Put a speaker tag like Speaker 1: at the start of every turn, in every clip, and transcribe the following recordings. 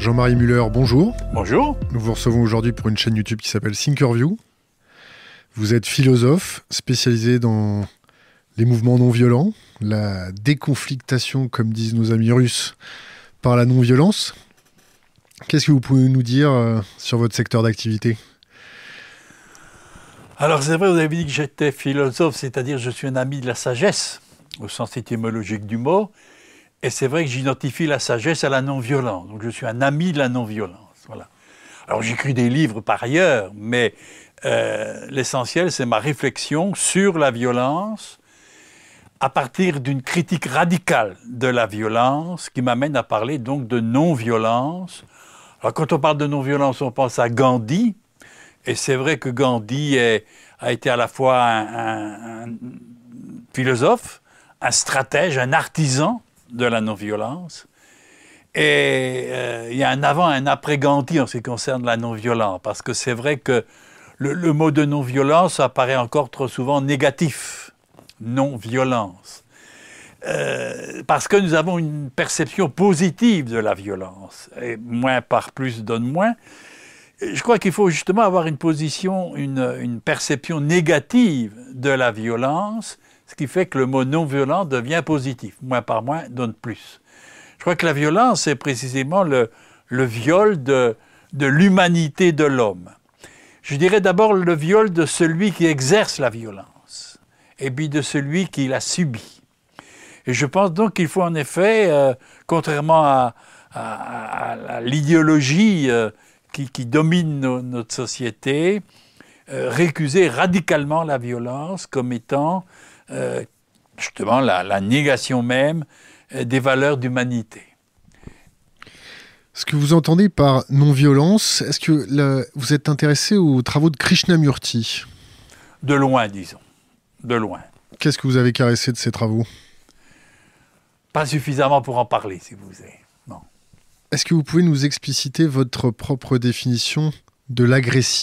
Speaker 1: Jean-Marie Muller, bonjour.
Speaker 2: Bonjour.
Speaker 1: Nous vous recevons aujourd'hui pour une chaîne YouTube qui s'appelle Thinkerview. Vous êtes philosophe spécialisé dans les mouvements non violents, la déconflictation, comme disent nos amis russes, par la non-violence. Qu'est-ce que vous pouvez nous dire sur votre secteur d'activité ?
Speaker 2: Alors c'est vrai, vous avez dit que j'étais philosophe, c'est-à-dire je suis un ami de la sagesse, au sens étymologique du mot, et c'est vrai que j'identifie la sagesse à la non-violence, donc je suis un ami de la non-violence. Voilà. Alors j'écris des livres par ailleurs, mais l'essentiel c'est ma réflexion sur la violence, à partir d'une critique radicale de la violence, qui m'amène à parler donc de non-violence. Alors quand on parle de non-violence, on pense à Gandhi, et c'est vrai que Gandhi a été à la fois un philosophe, un stratège, un artisan de la non-violence. Et il y a un avant et un après Gandhi en ce qui concerne la non-violence, parce que c'est vrai que le mot de non-violence apparaît encore trop souvent négatif, non-violence. Parce que nous avons une perception positive de la violence, et moins par plus donne moins. Je crois qu'il faut justement avoir une position, une perception négative de la violence, ce qui fait que le mot non-violent devient positif. Moins par moins donne plus. Je crois que la violence, c'est précisément le viol de l'humanité de l'homme. Je dirais d'abord le viol de celui qui exerce la violence, et puis de celui qui la subit. Et je pense donc qu'il faut en effet, contrairement à l'idéologie qui domine notre société, récuser radicalement la violence comme étant justement la négation même des valeurs d'humanité.
Speaker 1: Ce que vous entendez par non-violence, est-ce que vous êtes intéressé aux travaux de Krishnamurti ?
Speaker 2: De loin, disons. De loin.
Speaker 1: Qu'est-ce que vous avez caressé de ces travaux ?
Speaker 2: Pas suffisamment pour en parler, si vous voulez. Non.
Speaker 1: Est-ce que vous pouvez nous expliciter votre propre définition de l'agressivité ?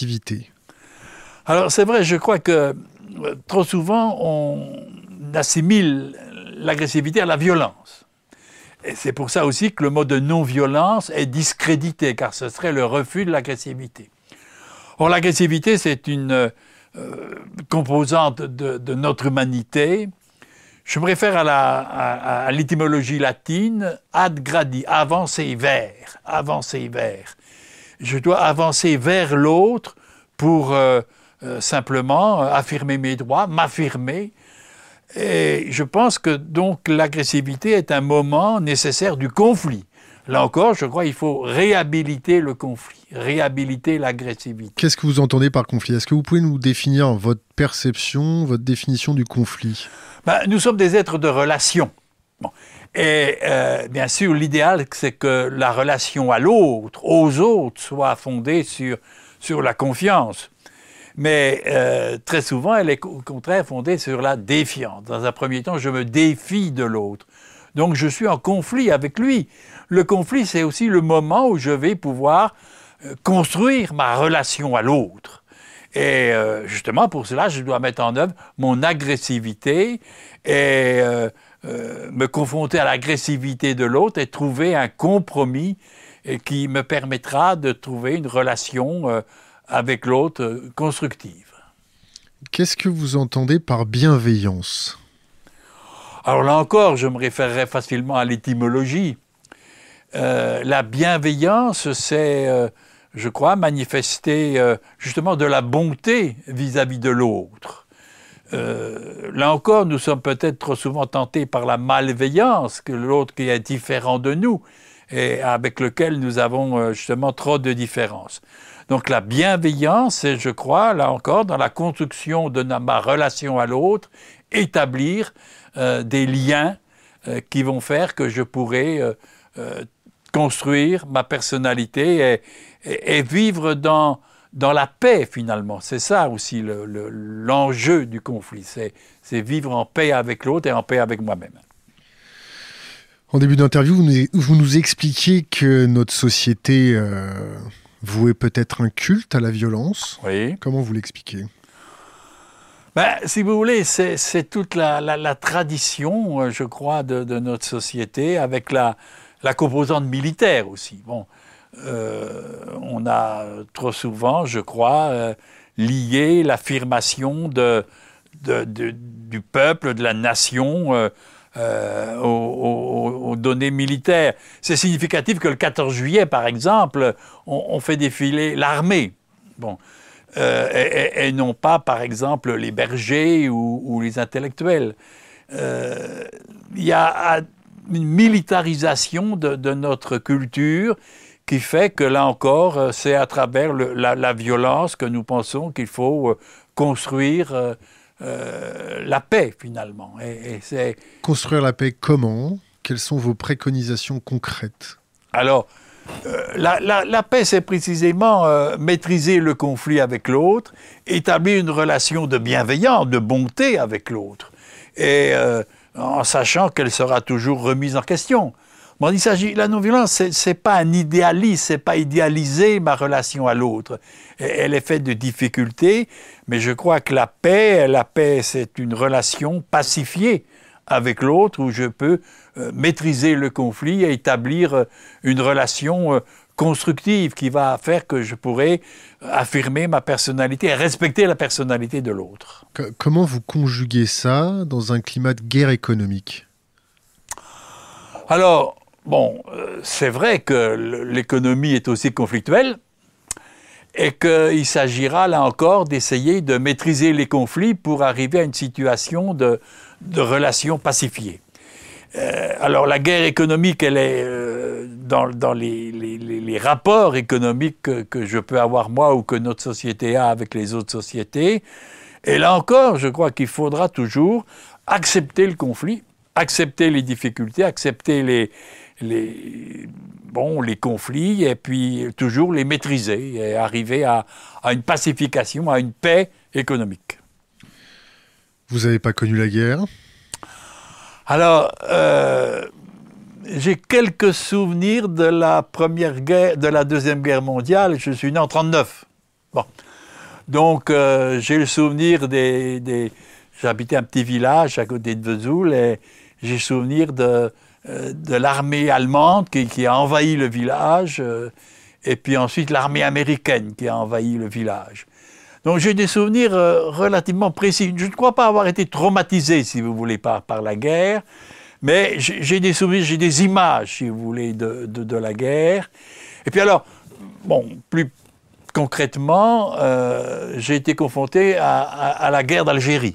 Speaker 2: Alors, c'est vrai, je crois que trop souvent, on assimile l'agressivité à la violence. Et c'est pour ça aussi que le mot de non-violence est discrédité, car ce serait le refus de l'agressivité. Or, l'agressivité, c'est une composante de notre humanité. Je me réfère à l'étymologie latine, ad gradi, avancer vers, avancer vers. Je dois avancer vers l'autre pour simplement affirmer mes droits, m'affirmer. Et je pense que donc l'agressivité est un moment nécessaire du conflit. Là encore, je crois qu'il faut réhabiliter le conflit, réhabiliter l'agressivité.
Speaker 1: Qu'est-ce que vous entendez par conflit ? Est-ce que vous pouvez nous définir votre perception, votre définition du conflit ?
Speaker 2: Nous sommes des êtres de relation. Bon. Et bien sûr, l'idéal, c'est que la relation à l'autre, aux autres, soit fondée sur la confiance. Mais très souvent, elle est au contraire fondée sur la défiance. Dans un premier temps, je me défie de l'autre. Donc, je suis en conflit avec lui. Le conflit, c'est aussi le moment où je vais pouvoir construire ma relation à l'autre. Et justement, pour cela, je dois mettre en œuvre mon agressivité et me confronter à l'agressivité de l'autre et trouver un compromis qui me permettra de trouver une relation avec l'autre constructive.
Speaker 1: Qu'est-ce que vous entendez par bienveillance ?
Speaker 2: Alors là encore, je me référerai facilement à l'étymologie. La bienveillance, c'est, je crois, manifester justement de la bonté vis-à-vis de l'autre. Là encore, nous sommes peut-être trop souvent tentés par la malveillance, que l'autre qui est différent de nous et avec lequel nous avons justement trop de différences. Donc la bienveillance, c'est, je crois, là encore, dans la construction de ma relation à l'autre, établir des liens qui vont faire que je pourrai construire ma personnalité et vivre dans la paix, finalement. C'est ça aussi l'enjeu du conflit, c'est vivre en paix avec l'autre et en paix avec moi-même.
Speaker 1: En début d'interview, vous nous expliquiez que notre société vouait peut-être un culte à la violence.
Speaker 2: Oui.
Speaker 1: Comment vous l'expliquez ?
Speaker 2: Si vous voulez, c'est toute la tradition, je crois, de notre société, avec la composante militaire aussi. Bon, on a trop souvent, je crois, lié l'affirmation du peuple, de la nation aux données militaires. C'est significatif que le 14 juillet, par exemple, on fait défiler l'armée. Bon. Et non pas, par exemple, les bergers ou les intellectuels. Il y a une militarisation de notre culture qui fait que, là encore, c'est à travers la violence que nous pensons qu'il faut construire la paix, finalement. Et
Speaker 1: construire la paix comment? Quelles sont vos préconisations concrètes?
Speaker 2: Alors, la paix, c'est précisément maîtriser le conflit avec l'autre, établir une relation de bienveillance, de bonté avec l'autre, et en sachant qu'elle sera toujours remise en question. Bon, la non-violence, c'est pas un idéalisme, c'est pas idéaliser ma relation à l'autre. Elle est faite de difficultés, mais je crois que la paix, c'est une relation pacifiée avec l'autre où je peux maîtriser le conflit et établir une relation constructive qui va faire que je pourrai affirmer ma personnalité et respecter la personnalité de l'autre.
Speaker 1: Comment vous conjuguez ça dans un climat de guerre économique?
Speaker 2: Alors, bon, c'est vrai que l'économie est aussi conflictuelle et qu'il s'agira là encore d'essayer de maîtriser les conflits pour arriver à une situation de relations pacifiées. Alors la guerre économique, elle est dans les rapports économiques que je peux avoir moi ou que notre société a avec les autres sociétés. Et là encore, je crois qu'il faudra toujours accepter le conflit, accepter les difficultés, accepter les conflits et puis toujours les maîtriser et arriver à une pacification, à une paix économique.
Speaker 1: Vous n'avez pas connu la guerre?
Speaker 2: Alors, j'ai quelques souvenirs de la première guerre, de la Deuxième Guerre mondiale. Je suis né en 1939. Bon. Donc, j'ai le souvenir j'habitais un petit village à côté de Vesoul et j'ai le souvenir de l'armée allemande qui a envahi le village et puis ensuite l'armée américaine qui a envahi le village. Donc j'ai des souvenirs relativement précis. Je ne crois pas avoir été traumatisé, si vous voulez, par la guerre, mais j'ai des souvenirs, j'ai des images, si vous voulez, de la guerre. Et puis alors, bon, plus concrètement, j'ai été confronté à la guerre d'Algérie.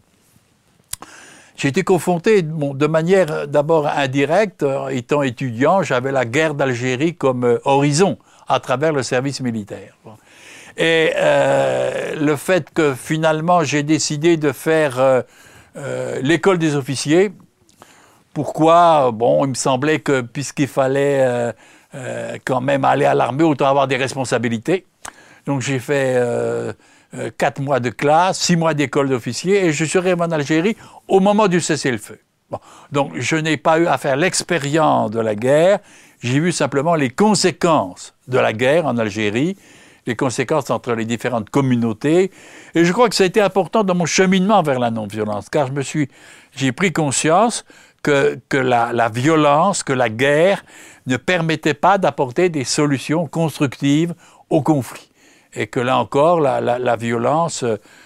Speaker 2: J'ai été confronté de manière d'abord indirecte, étant étudiant, j'avais la guerre d'Algérie comme horizon à travers le service militaire. Bon. Et le fait que finalement j'ai décidé de faire l'école des officiers, pourquoi? Bon, il me semblait que puisqu'il fallait quand même aller à l'armée, autant avoir des responsabilités. Donc j'ai fait 4 mois de classe, 6 mois d'école d'officier et je suis arrivé en Algérie au moment du cessez-le-feu. Bon. Donc je n'ai pas eu à faire l'expérience de la guerre, j'ai vu simplement les conséquences de la guerre en Algérie, les conséquences entre les différentes communautés. Et je crois que ça a été important dans mon cheminement vers la non-violence, car j'ai pris conscience que la violence, que la guerre ne permettait pas d'apporter des solutions constructives au conflit. Et que là encore, la violence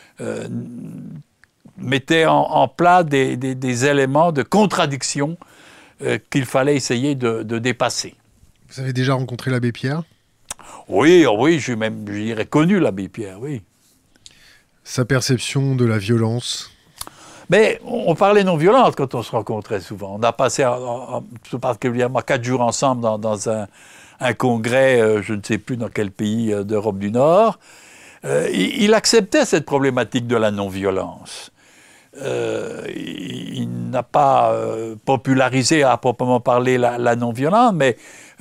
Speaker 2: mettait en plat des éléments de contradiction qu'il fallait essayer de dépasser.
Speaker 1: Vous avez déjà rencontré l'abbé Pierre?
Speaker 2: Oui, j'ai même, je dirais, connu l'abbé Pierre, oui.
Speaker 1: Sa perception de la violence?
Speaker 2: Mais on parlait non-violence quand on se rencontrait souvent. On a passé tout particulièrement 4 jours ensemble dans un congrès, je ne sais plus dans quel pays d'Europe du Nord. Il acceptait cette problématique de la non-violence. Il n'a pas popularisé à proprement parler la non-violence, mais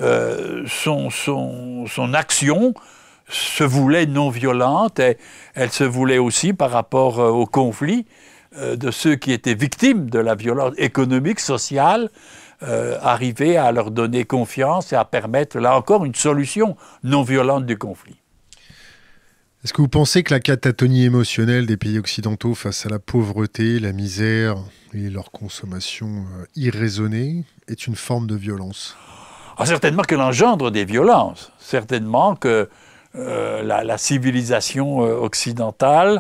Speaker 2: son action se voulait non-violente et elle se voulait aussi par rapport au conflit de ceux qui étaient victimes de la violence économique, sociale, arriver à leur donner confiance et à permettre, là encore, une solution non-violente du conflit.
Speaker 1: Est-ce que vous pensez que la catatonie émotionnelle des pays occidentaux face à la pauvreté, la misère et leur consommation irraisonnée est une forme de violence?
Speaker 2: Ah, certainement qu'elle engendre des violences. Certainement que la civilisation occidentale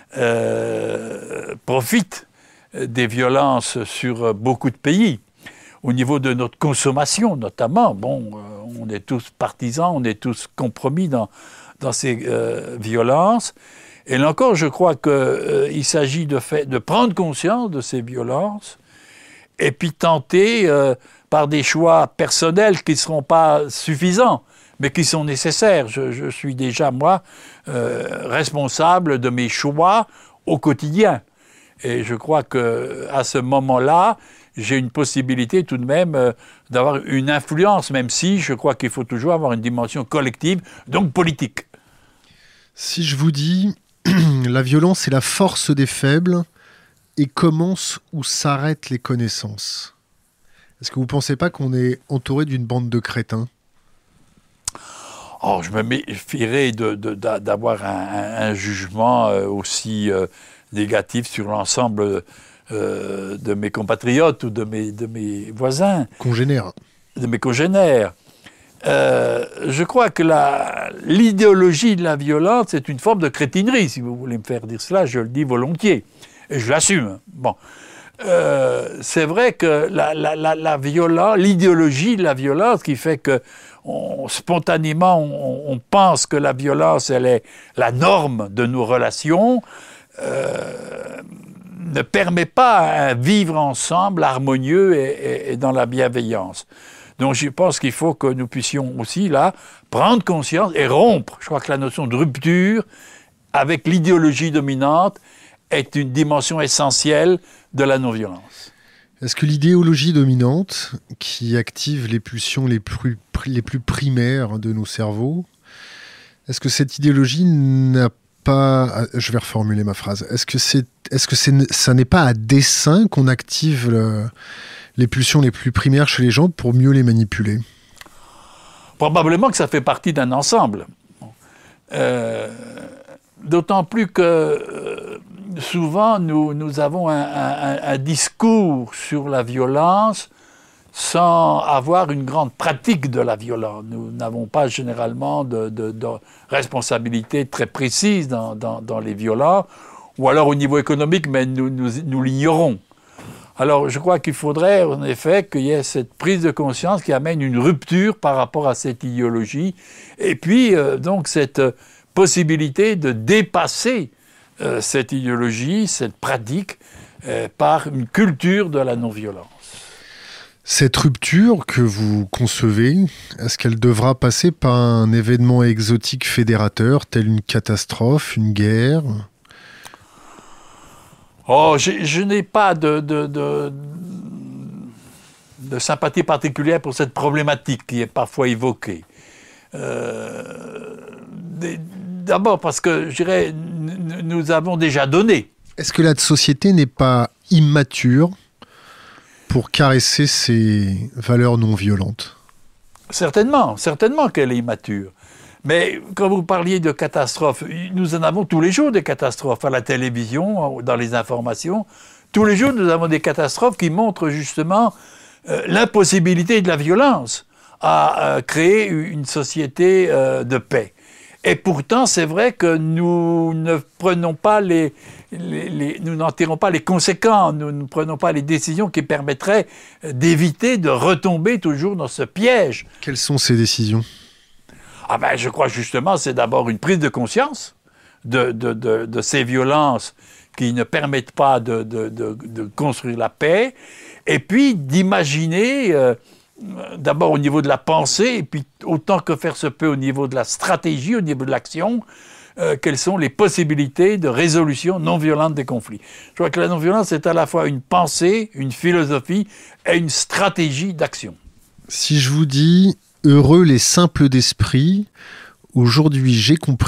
Speaker 2: profite des violences sur beaucoup de pays. Au niveau de notre consommation, notamment, bon, on est tous partisans, on est tous compromis dans ces violences. Et là encore, je crois qu'il s'agit de prendre conscience de ces violences et puis tenter, par des choix personnels qui ne seront pas suffisants, mais qui sont nécessaires. Je suis déjà, moi, responsable de mes choix au quotidien. Et je crois qu'à ce moment-là, j'ai une possibilité tout de même d'avoir une influence, même si je crois qu'il faut toujours avoir une dimension collective, donc politique.
Speaker 1: Si je vous dis la violence est la force des faibles et commence où s'arrêtent les connaissances, est-ce que vous ne pensez pas qu'on est entouré d'une bande de crétins ?
Speaker 2: Oh, je me méfierais d'avoir un jugement aussi négatif sur l'ensemble de mes compatriotes ou de mes voisins.
Speaker 1: Congénères.
Speaker 2: De mes congénères. Je crois que l'idéologie de la violence, c'est une forme de crétinerie, si vous voulez me faire dire cela, je le dis volontiers. Et je l'assume. Bon. C'est vrai que l'idéologie de la violence qui fait que spontanément on pense que la violence elle est la norme de nos relations, ne permet pas un vivre ensemble harmonieux et dans la bienveillance. Donc je pense qu'il faut que nous puissions aussi là prendre conscience et rompre. Je crois que la notion de rupture avec l'idéologie dominante est une dimension essentielle de la non-violence.
Speaker 1: Est-ce que l'idéologie dominante, qui active les pulsions les plus primaires de nos cerveaux, est-ce que cette idéologie n'a pas... Je vais reformuler ma phrase. Est-ce que ça n'est pas à dessein qu'on active les pulsions les plus primaires chez les gens pour mieux les manipuler ?
Speaker 2: Probablement que ça fait partie d'un ensemble. D'autant plus que souvent nous avons un discours sur la violence sans avoir une grande pratique de la violence. Nous n'avons pas généralement de responsabilité très précise dans les violences, ou alors au niveau économique, mais nous l'ignorons. Alors je crois qu'il faudrait en effet qu'il y ait cette prise de conscience qui amène une rupture par rapport à cette idéologie, et puis donc cette possibilité de dépasser cette idéologie, cette pratique, par une culture de la non-violence.
Speaker 1: Cette rupture que vous concevez, est-ce qu'elle devra passer par un événement exotique fédérateur, tel une catastrophe, une guerre ?
Speaker 2: Oh, je n'ai pas de sympathie particulière pour cette problématique qui est parfois évoquée. D'abord parce que, je dirais, nous avons déjà donné.
Speaker 1: Est-ce que la société n'est pas immature pour caresser ces valeurs non violentes ?
Speaker 2: Certainement qu'elle est immature. Mais quand vous parliez de catastrophes, nous en avons tous les jours des catastrophes à la télévision, dans les informations. Tous les jours, nous avons des catastrophes qui montrent justement l'impossibilité de la violence à créer une société de paix. Et pourtant, c'est vrai que nous ne prenons pas nous n'en tirons pas les conséquences, nous ne prenons pas les décisions qui permettraient d'éviter de retomber toujours dans ce piège.
Speaker 1: Quelles sont ces décisions ?
Speaker 2: Ah ben, je crois justement c'est d'abord une prise de conscience de ces violences qui ne permettent pas de construire la paix, et puis d'imaginer, d'abord au niveau de la pensée, et puis autant que faire se peut au niveau de la stratégie, au niveau de l'action, quelles sont les possibilités de résolution non violente des conflits. Je crois que la non-violence est à la fois une pensée, une philosophie et une stratégie d'action.
Speaker 1: Si je vous dis « Heureux les simples d'esprit, aujourd'hui j'ai compris »,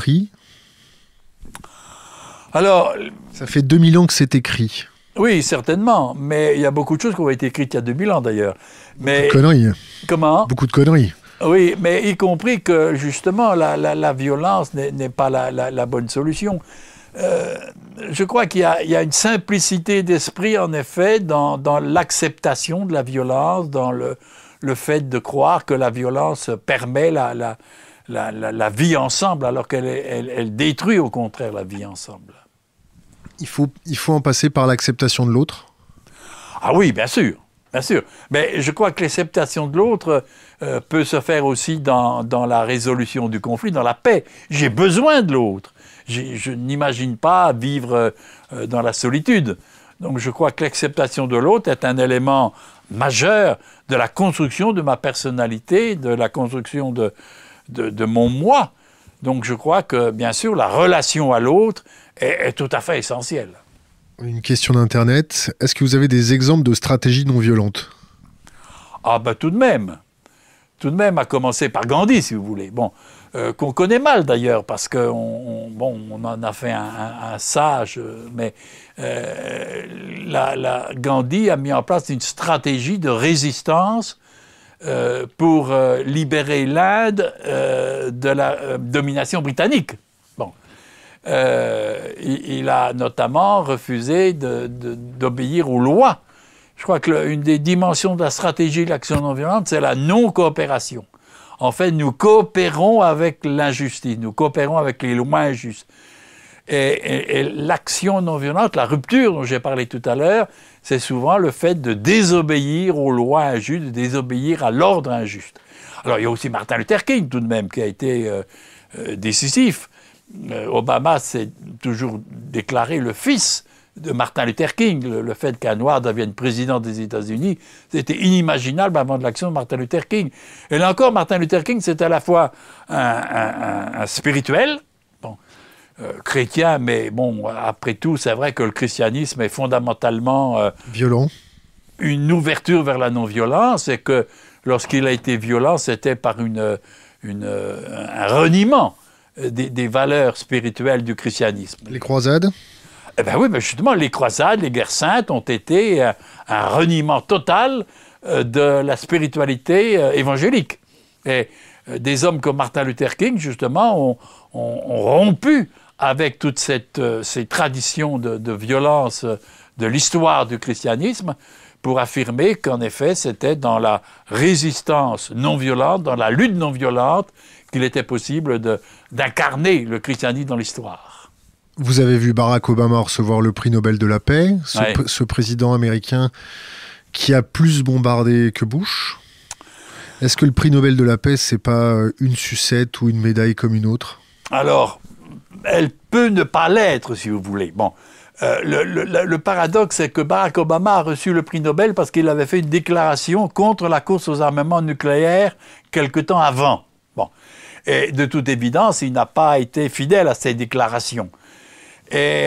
Speaker 2: alors,
Speaker 1: ça fait 2000 ans que c'est écrit.
Speaker 2: Oui, certainement, mais il y a beaucoup de choses qui ont été écrites il y a 2000 ans d'ailleurs.
Speaker 1: Beaucoup de conneries.
Speaker 2: Comment ?
Speaker 1: Beaucoup de conneries.
Speaker 2: Oui, mais y compris que justement la violence n'est pas la bonne solution. Je crois qu'il y a une simplicité d'esprit en effet dans l'acceptation de la violence, dans le le fait de croire que la violence permet la vie ensemble, alors qu'elle détruit au contraire la vie ensemble.
Speaker 1: Il faut en passer par l'acceptation de l'autre.
Speaker 2: Ah oui, bien sûr. Bien sûr. Mais je crois que l'acceptation de l'autre peut se faire aussi dans la résolution du conflit, dans la paix. J'ai besoin de l'autre. Je n'imagine pas vivre dans la solitude. Donc je crois que l'acceptation de l'autre est un élément majeur de la construction de ma personnalité, de la construction de mon moi. Donc je crois que, bien sûr, la relation à l'autre est tout à fait essentielle.
Speaker 1: Une question d'Internet. Est-ce que vous avez des exemples de stratégies non violentes ?
Speaker 2: Ah ben tout de même. Tout de même, à commencer par Gandhi, si vous voulez. Bon, qu'on connaît mal d'ailleurs, parce qu'on en a fait un sage, mais Gandhi a mis en place une stratégie de résistance pour libérer l'Inde de la domination britannique. Il a notamment refusé d'obéir aux lois. Je crois qu'une des dimensions de la stratégie de l'action non violente, c'est la non-coopération. En fait, nous coopérons avec l'injustice, nous coopérons avec les lois injustes. Et l'action non violente, la rupture dont j'ai parlé tout à l'heure, c'est souvent le fait de désobéir aux lois injustes, de désobéir à l'ordre injuste. Alors, il y a aussi Martin Luther King, tout de même, qui a été décisif. Obama s'est toujours déclaré le fils de Martin Luther King. Le fait qu'un noir devienne président des États-Unis, c'était inimaginable avant de l'action de Martin Luther King. Et là encore, Martin Luther King, c'est à la fois un spirituel, chrétien, mais bon, après tout, c'est vrai que le christianisme est fondamentalement
Speaker 1: violent. Une
Speaker 2: ouverture vers la non-violence, et que lorsqu'il a été violent, c'était par un reniement des valeurs spirituelles du christianisme.
Speaker 1: Les croisades ?
Speaker 2: Eh bien oui, mais justement, les croisades, les guerres saintes ont été un reniement total de la spiritualité évangélique. Et des hommes comme Martin Luther King, justement, ont rompu avec toutes ces traditions de violence de l'histoire du christianisme pour affirmer qu'en effet, c'était dans la résistance non violente, dans la lutte non violente, qu'il était possible d'incarner le christianisme dans l'histoire.
Speaker 1: Vous avez vu Barack Obama recevoir le prix Nobel de la paix, ce président américain qui a plus bombardé que Bush. Est-ce que le prix Nobel de la paix, c'est pas une sucette ou une médaille comme une autre ?
Speaker 2: Alors, elle peut ne pas l'être, si vous voulez. Bon, le paradoxe, c'est que Barack Obama a reçu le prix Nobel parce qu'il avait fait une déclaration contre la course aux armements nucléaires quelque temps avant. Bon. Et de toute évidence, il n'a pas été fidèle à ses déclarations. Et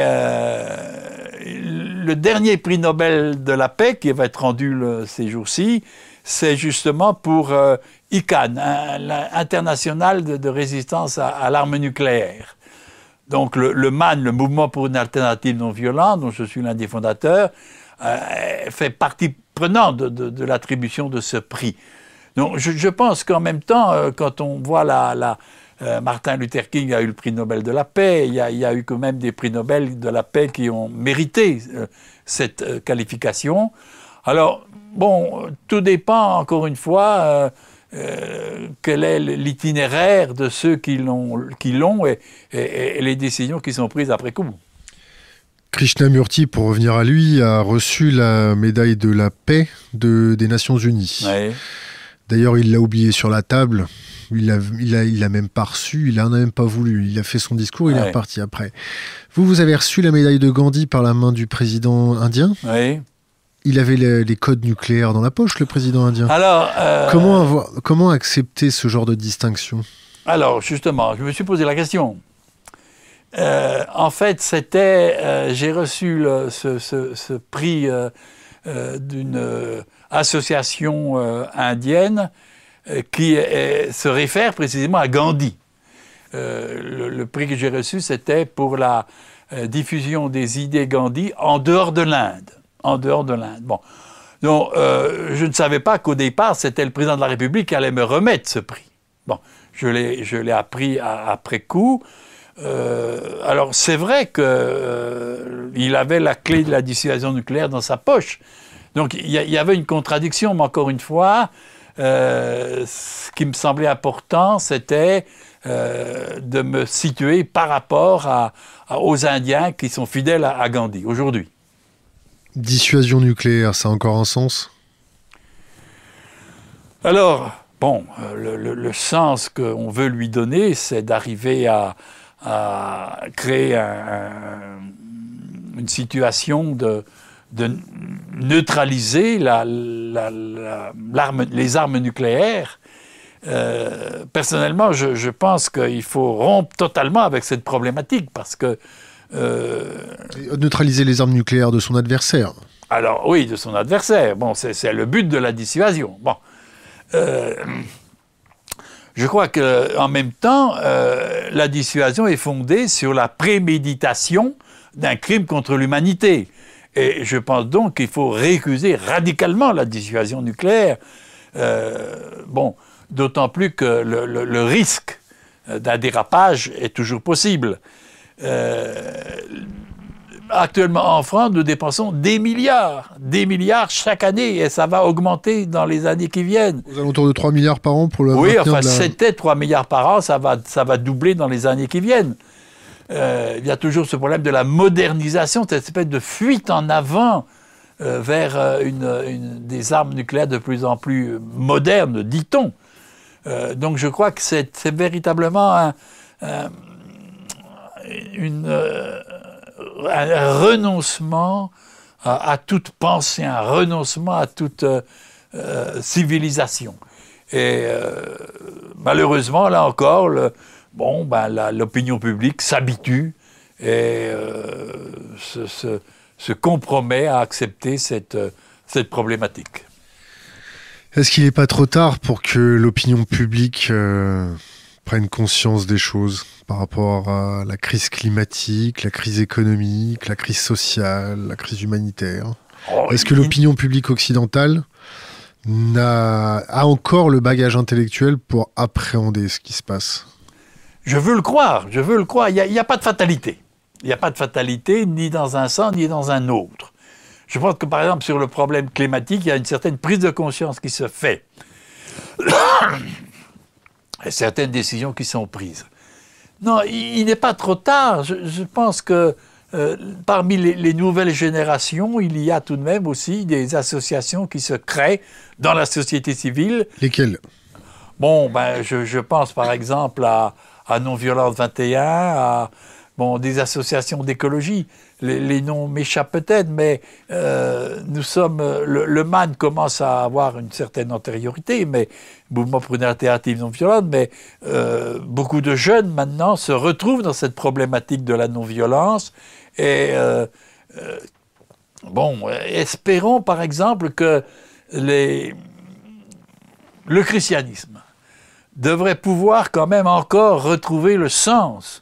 Speaker 2: le dernier prix Nobel de la paix qui va être rendu ces jours-ci, c'est justement pour ICAN, l'international de résistance à l'arme nucléaire. Donc le MAN, le Mouvement pour une alternative non violente, dont je suis l'un des fondateurs, fait partie prenante de l'attribution de ce prix. Donc je pense qu'en même temps, quand on voit Martin Luther King a eu le prix Nobel de la paix, il y a eu quand même des prix Nobel de la paix qui ont mérité cette qualification. Alors, bon, tout dépend, encore une fois, quel est l'itinéraire de ceux qui l'ont et les décisions qui sont prises après coup.
Speaker 1: Krishnamurti, pour revenir à lui, a reçu la médaille de la paix des Nations Unies.
Speaker 2: Ouais.
Speaker 1: D'ailleurs, il l'a oublié sur la table. Il l'a même pas reçu, il en a même pas voulu. Il a fait son discours, il est reparti après. Vous avez reçu la médaille de Gandhi par la main du président indien.
Speaker 2: Oui.
Speaker 1: Il avait les codes nucléaires dans la poche, le président indien.
Speaker 2: Alors,
Speaker 1: comment accepter ce genre de distinction ?
Speaker 2: Alors, justement, je me suis posé la question. En fait, j'ai reçu ce prix d'une association indienne qui se réfère précisément à Gandhi. Le prix que j'ai reçu, c'était pour la diffusion des idées Gandhi en dehors de l'Inde. En dehors de l'Inde. Bon. Donc, je ne savais pas qu'au départ, c'était le président de la République qui allait me remettre ce prix. Bon, je l'ai appris après coup. Alors, c'est vrai qu'il avait la clé de la dissuasion nucléaire dans sa poche. Donc, il y avait une contradiction, mais encore une fois, ce qui me semblait important, c'était de me situer par rapport aux Indiens qui sont fidèles à Gandhi aujourd'hui.
Speaker 1: Dissuasion nucléaire, ça a encore un sens?
Speaker 2: Alors, bon, le sens qu'on veut lui donner, c'est d'arriver à créer une situation de neutraliser les armes nucléaires. Personnellement, je pense qu'il faut rompre totalement avec cette problématique parce que...
Speaker 1: Neutraliser les armes nucléaires de son adversaire.
Speaker 2: Alors oui, de son adversaire. Bon, c'est le but de la dissuasion. Bon. Je crois qu'en même temps, la dissuasion est fondée sur la préméditation d'un crime contre l'humanité. Et je pense donc qu'il faut récuser radicalement la dissuasion nucléaire. Bon, d'autant plus que le risque d'un dérapage est toujours possible. Actuellement en France, nous dépensons des milliards chaque année, et ça va augmenter dans les années qui viennent.
Speaker 1: Aux alentours de 3 milliards par an pour le...
Speaker 2: Oui, enfin, c'était 3 milliards par an, ça va doubler dans les années qui viennent. Il y a toujours ce problème de la modernisation, cette espèce de fuite en avant vers des armes nucléaires de plus en plus modernes, dit-on. Donc je crois que c'est véritablement un renoncement à toute pensée, un renoncement à toute civilisation. Et malheureusement, là encore, l'opinion publique s'habitue et se compromet à accepter cette problématique.
Speaker 1: Est-ce qu'il n'est pas trop tard pour que l'opinion publique prenne conscience des choses par rapport à la crise climatique, la crise économique, la crise sociale, la crise humanitaire? Est-ce que l'opinion publique occidentale a encore le bagage intellectuel pour appréhender ce qui se passe?
Speaker 2: Je veux le croire. Il n'y a pas de fatalité. Il n'y a pas de fatalité ni dans un sens ni dans un autre. Je pense que, par exemple, sur le problème climatique, il y a une certaine prise de conscience qui se fait. Et certaines décisions qui sont prises. Non, il n'est pas trop tard. Je pense que parmi les nouvelles générations, il y a tout de même aussi des associations qui se créent dans la société civile.
Speaker 1: Lesquelles?
Speaker 2: Bon, je pense par exemple à Non-Violence 21, des associations d'écologie. Les noms m'échappent peut-être, mais nous sommes... Le MAN commence à avoir une certaine antériorité, mais Mouvement pour une alternative non-violente, mais beaucoup de jeunes maintenant se retrouvent dans cette problématique de la non-violence. Et espérons par exemple que le christianisme devrait pouvoir quand même encore retrouver le sens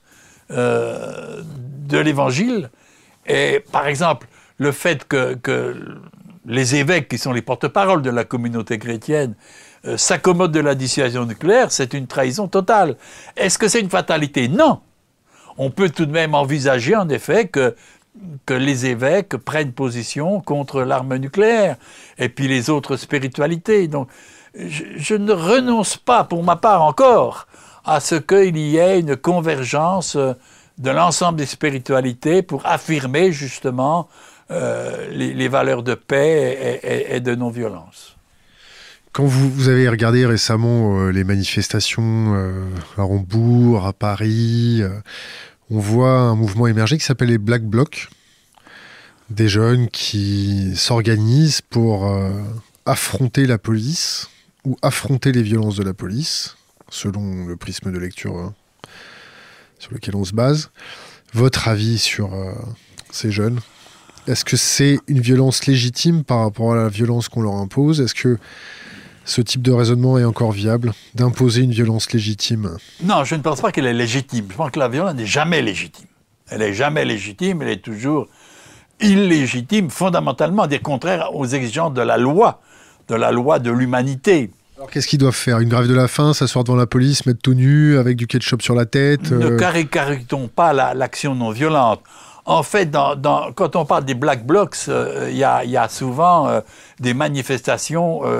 Speaker 2: de l'Évangile. Et par exemple, le fait que les évêques, qui sont les porte-paroles de la communauté chrétienne, s'accommodent de la dissuasion nucléaire, c'est une trahison totale. Est-ce que c'est une fatalité? Non. On peut tout de même envisager, en effet, que les évêques prennent position contre l'arme nucléaire, et puis les autres spiritualités. Donc, je ne renonce pas, pour ma part encore, à ce qu'il y ait une convergence de l'ensemble des spiritualités pour affirmer justement les valeurs de paix et de non-violence.
Speaker 1: Quand vous avez regardé récemment les manifestations à Hambourg, à Paris, on voit un mouvement émerger qui s'appelle les Black Blocs, des jeunes qui s'organisent pour affronter la police ou affronter les violences de la police, selon le prisme de lecture sur lequel on se base. Votre avis sur ces jeunes? Est-ce que c'est une violence légitime par rapport à la violence qu'on leur impose? Est-ce que ce type de raisonnement est encore viable, d'imposer une violence légitime?
Speaker 2: Non, je ne pense pas qu'elle est légitime. Je pense que la violence n'est jamais légitime. Elle n'est jamais légitime, elle est toujours illégitime, fondamentalement, des contraires aux exigences de la loi de l'humanité.
Speaker 1: Alors qu'est-ce qu'ils doivent faire? Une grève de la faim, s'asseoir devant la police, mettre tout nu, avec du ketchup sur la tête?
Speaker 2: Ne caricaturons pas l'action non violente. En fait, quand on parle des Black Blocs, il y a souvent des manifestations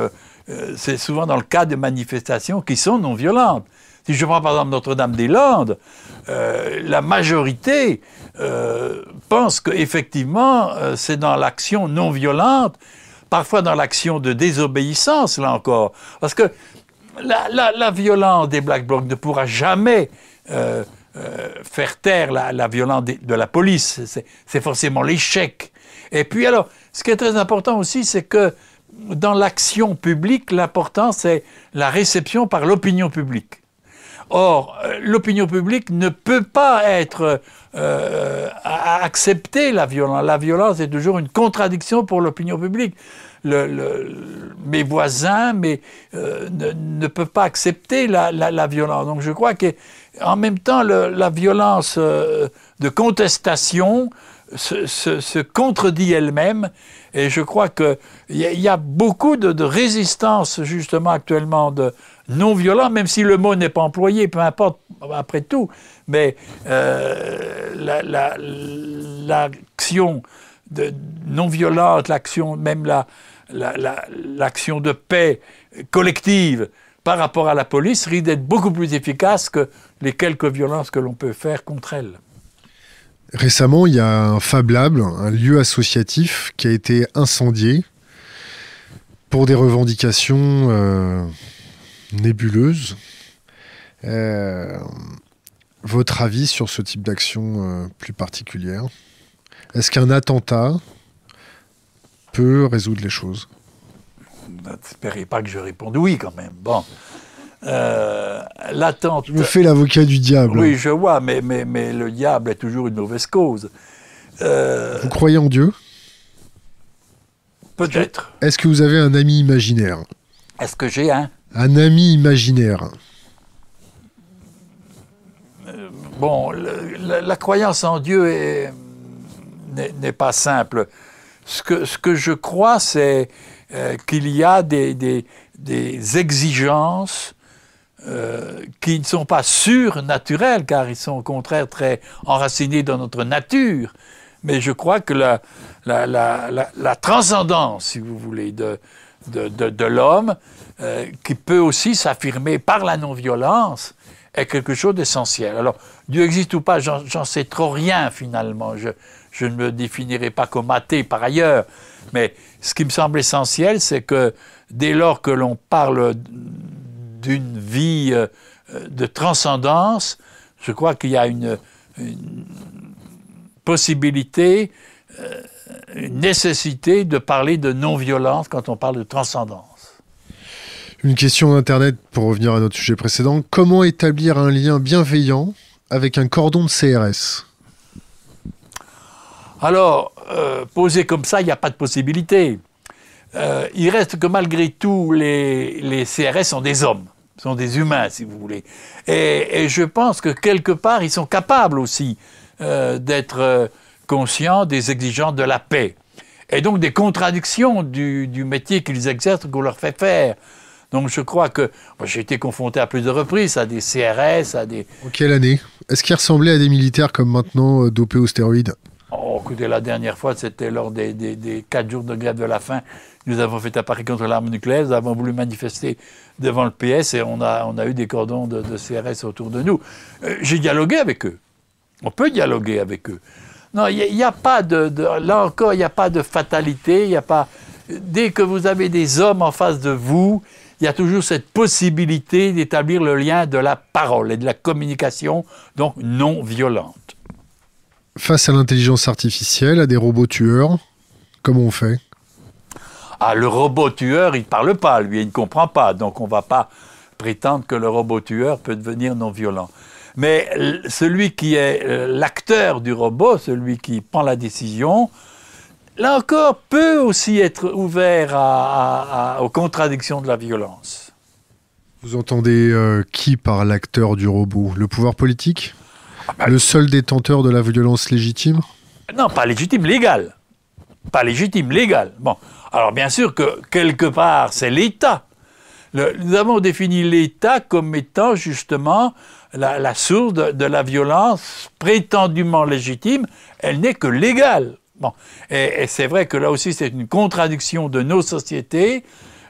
Speaker 2: c'est souvent dans le cas de manifestations qui sont non violentes. Si je prends par exemple Notre-Dame-des-Landes, la majorité pense qu'effectivement, c'est dans l'action non violente, parfois dans l'action de désobéissance, là encore. Parce que la violence des Black Blocs ne pourra jamais faire taire la violence de la police. C'est forcément l'échec. Et puis alors, ce qui est très important aussi, c'est que dans l'action publique, l'important, c'est la réception par l'opinion publique. Or, l'opinion publique ne peut pas être accepter la violence. La violence est toujours une contradiction pour l'opinion publique. Mes voisins ne peuvent pas accepter la violence. Donc je crois qu'en même temps, la violence de contestation se contredit elle-même. Et je crois qu'il y a beaucoup de résistance justement actuellement de non-violent, même si le mot n'est pas employé, peu importe après tout. Mais l'action non-violente, l'action, même l'action de paix collective par rapport à la police risque d'être beaucoup plus efficace que les quelques violences que l'on peut faire contre elle.
Speaker 1: Récemment, il y a un Fab Lab, un lieu associatif qui a été incendié pour des revendications nébuleuses. Votre avis sur ce type d'action plus particulière? Est-ce qu'un attentat peut résoudre les choses?
Speaker 2: N'espérez pas que je réponde oui quand même. Bon. L'attentat...
Speaker 1: Je me fais l'avocat du diable.
Speaker 2: Oui, je vois, mais le diable est toujours une mauvaise cause.
Speaker 1: Vous croyez en Dieu?
Speaker 2: Peut-être.
Speaker 1: Est-ce que vous avez un ami imaginaire?
Speaker 2: Est-ce que j'ai un
Speaker 1: ami imaginaire?
Speaker 2: Bon, la croyance en Dieu n'est pas simple. Ce que je crois, c'est qu'il y a des exigences qui ne sont pas surnaturelles, car ils sont au contraire très enracinés dans notre nature. Mais je crois que la transcendance, si vous voulez, de l'homme, qui peut aussi s'affirmer par la non-violence, est quelque chose d'essentiel. Alors, Dieu existe ou pas, j'en sais trop rien finalement. Je ne me définirai pas comme athée par ailleurs. Mais ce qui me semble essentiel, c'est que dès lors que l'on parle d'une vie de transcendance, je crois qu'il y a une possibilité, une nécessité de parler de non-violence quand on parle de transcendance.
Speaker 1: Une question d'Internet pour revenir à notre sujet précédent. Comment établir un lien bienveillant avec un cordon de CRS?
Speaker 2: Alors, posé comme ça, il n'y a pas de possibilité. Il reste que malgré tout, les CRS sont des hommes, sont des humains, si vous voulez. Et je pense que quelque part, ils sont capables aussi d'être conscients des exigences de la paix. Et donc des contradictions du métier qu'ils exercent, qu'on leur fait faire. Donc je crois que j'ai été confronté à plusieurs reprises à des CRS, à des...
Speaker 1: En quelle année? Est-ce qu'ils ressemblaient à des militaires comme maintenant dopés aux stéroïdes?
Speaker 2: Oh, écoutez, la dernière fois, c'était lors des 4 jours de grève de la faim. Nous avons fait à Paris contre l'arme nucléaire. Nous avons voulu manifester devant le PS et on a eu des cordons de CRS autour de nous. J'ai dialogué avec eux. On peut dialoguer avec eux. Non, il n'y a pas là encore, il n'y a pas de fatalité. Il n'y a pas... Dès que vous avez des hommes en face de vous, il y a toujours cette possibilité d'établir le lien de la parole et de la communication, donc non violente.
Speaker 1: Face à l'intelligence artificielle, à des robots tueurs, comment on fait?
Speaker 2: Ah, le robot tueur, il ne parle pas, lui, il ne comprend pas. Donc on ne va pas prétendre que le robot tueur peut devenir non violent. Mais celui qui est l'acteur du robot, celui qui prend la décision, là encore, peut aussi être ouvert aux contradictions de la violence.
Speaker 1: Vous entendez qui par l'acteur du robot? Le pouvoir politique? Le seul détenteur de la violence légitime?
Speaker 2: Non, pas légitime, légale. Pas légitime, légale. Bon, alors bien sûr que quelque part, c'est l'État. Nous avons défini l'État comme étant justement la source de la violence prétendument légitime. Elle n'est que légale. Bon. Et c'est vrai que là aussi, c'est une contradiction de nos sociétés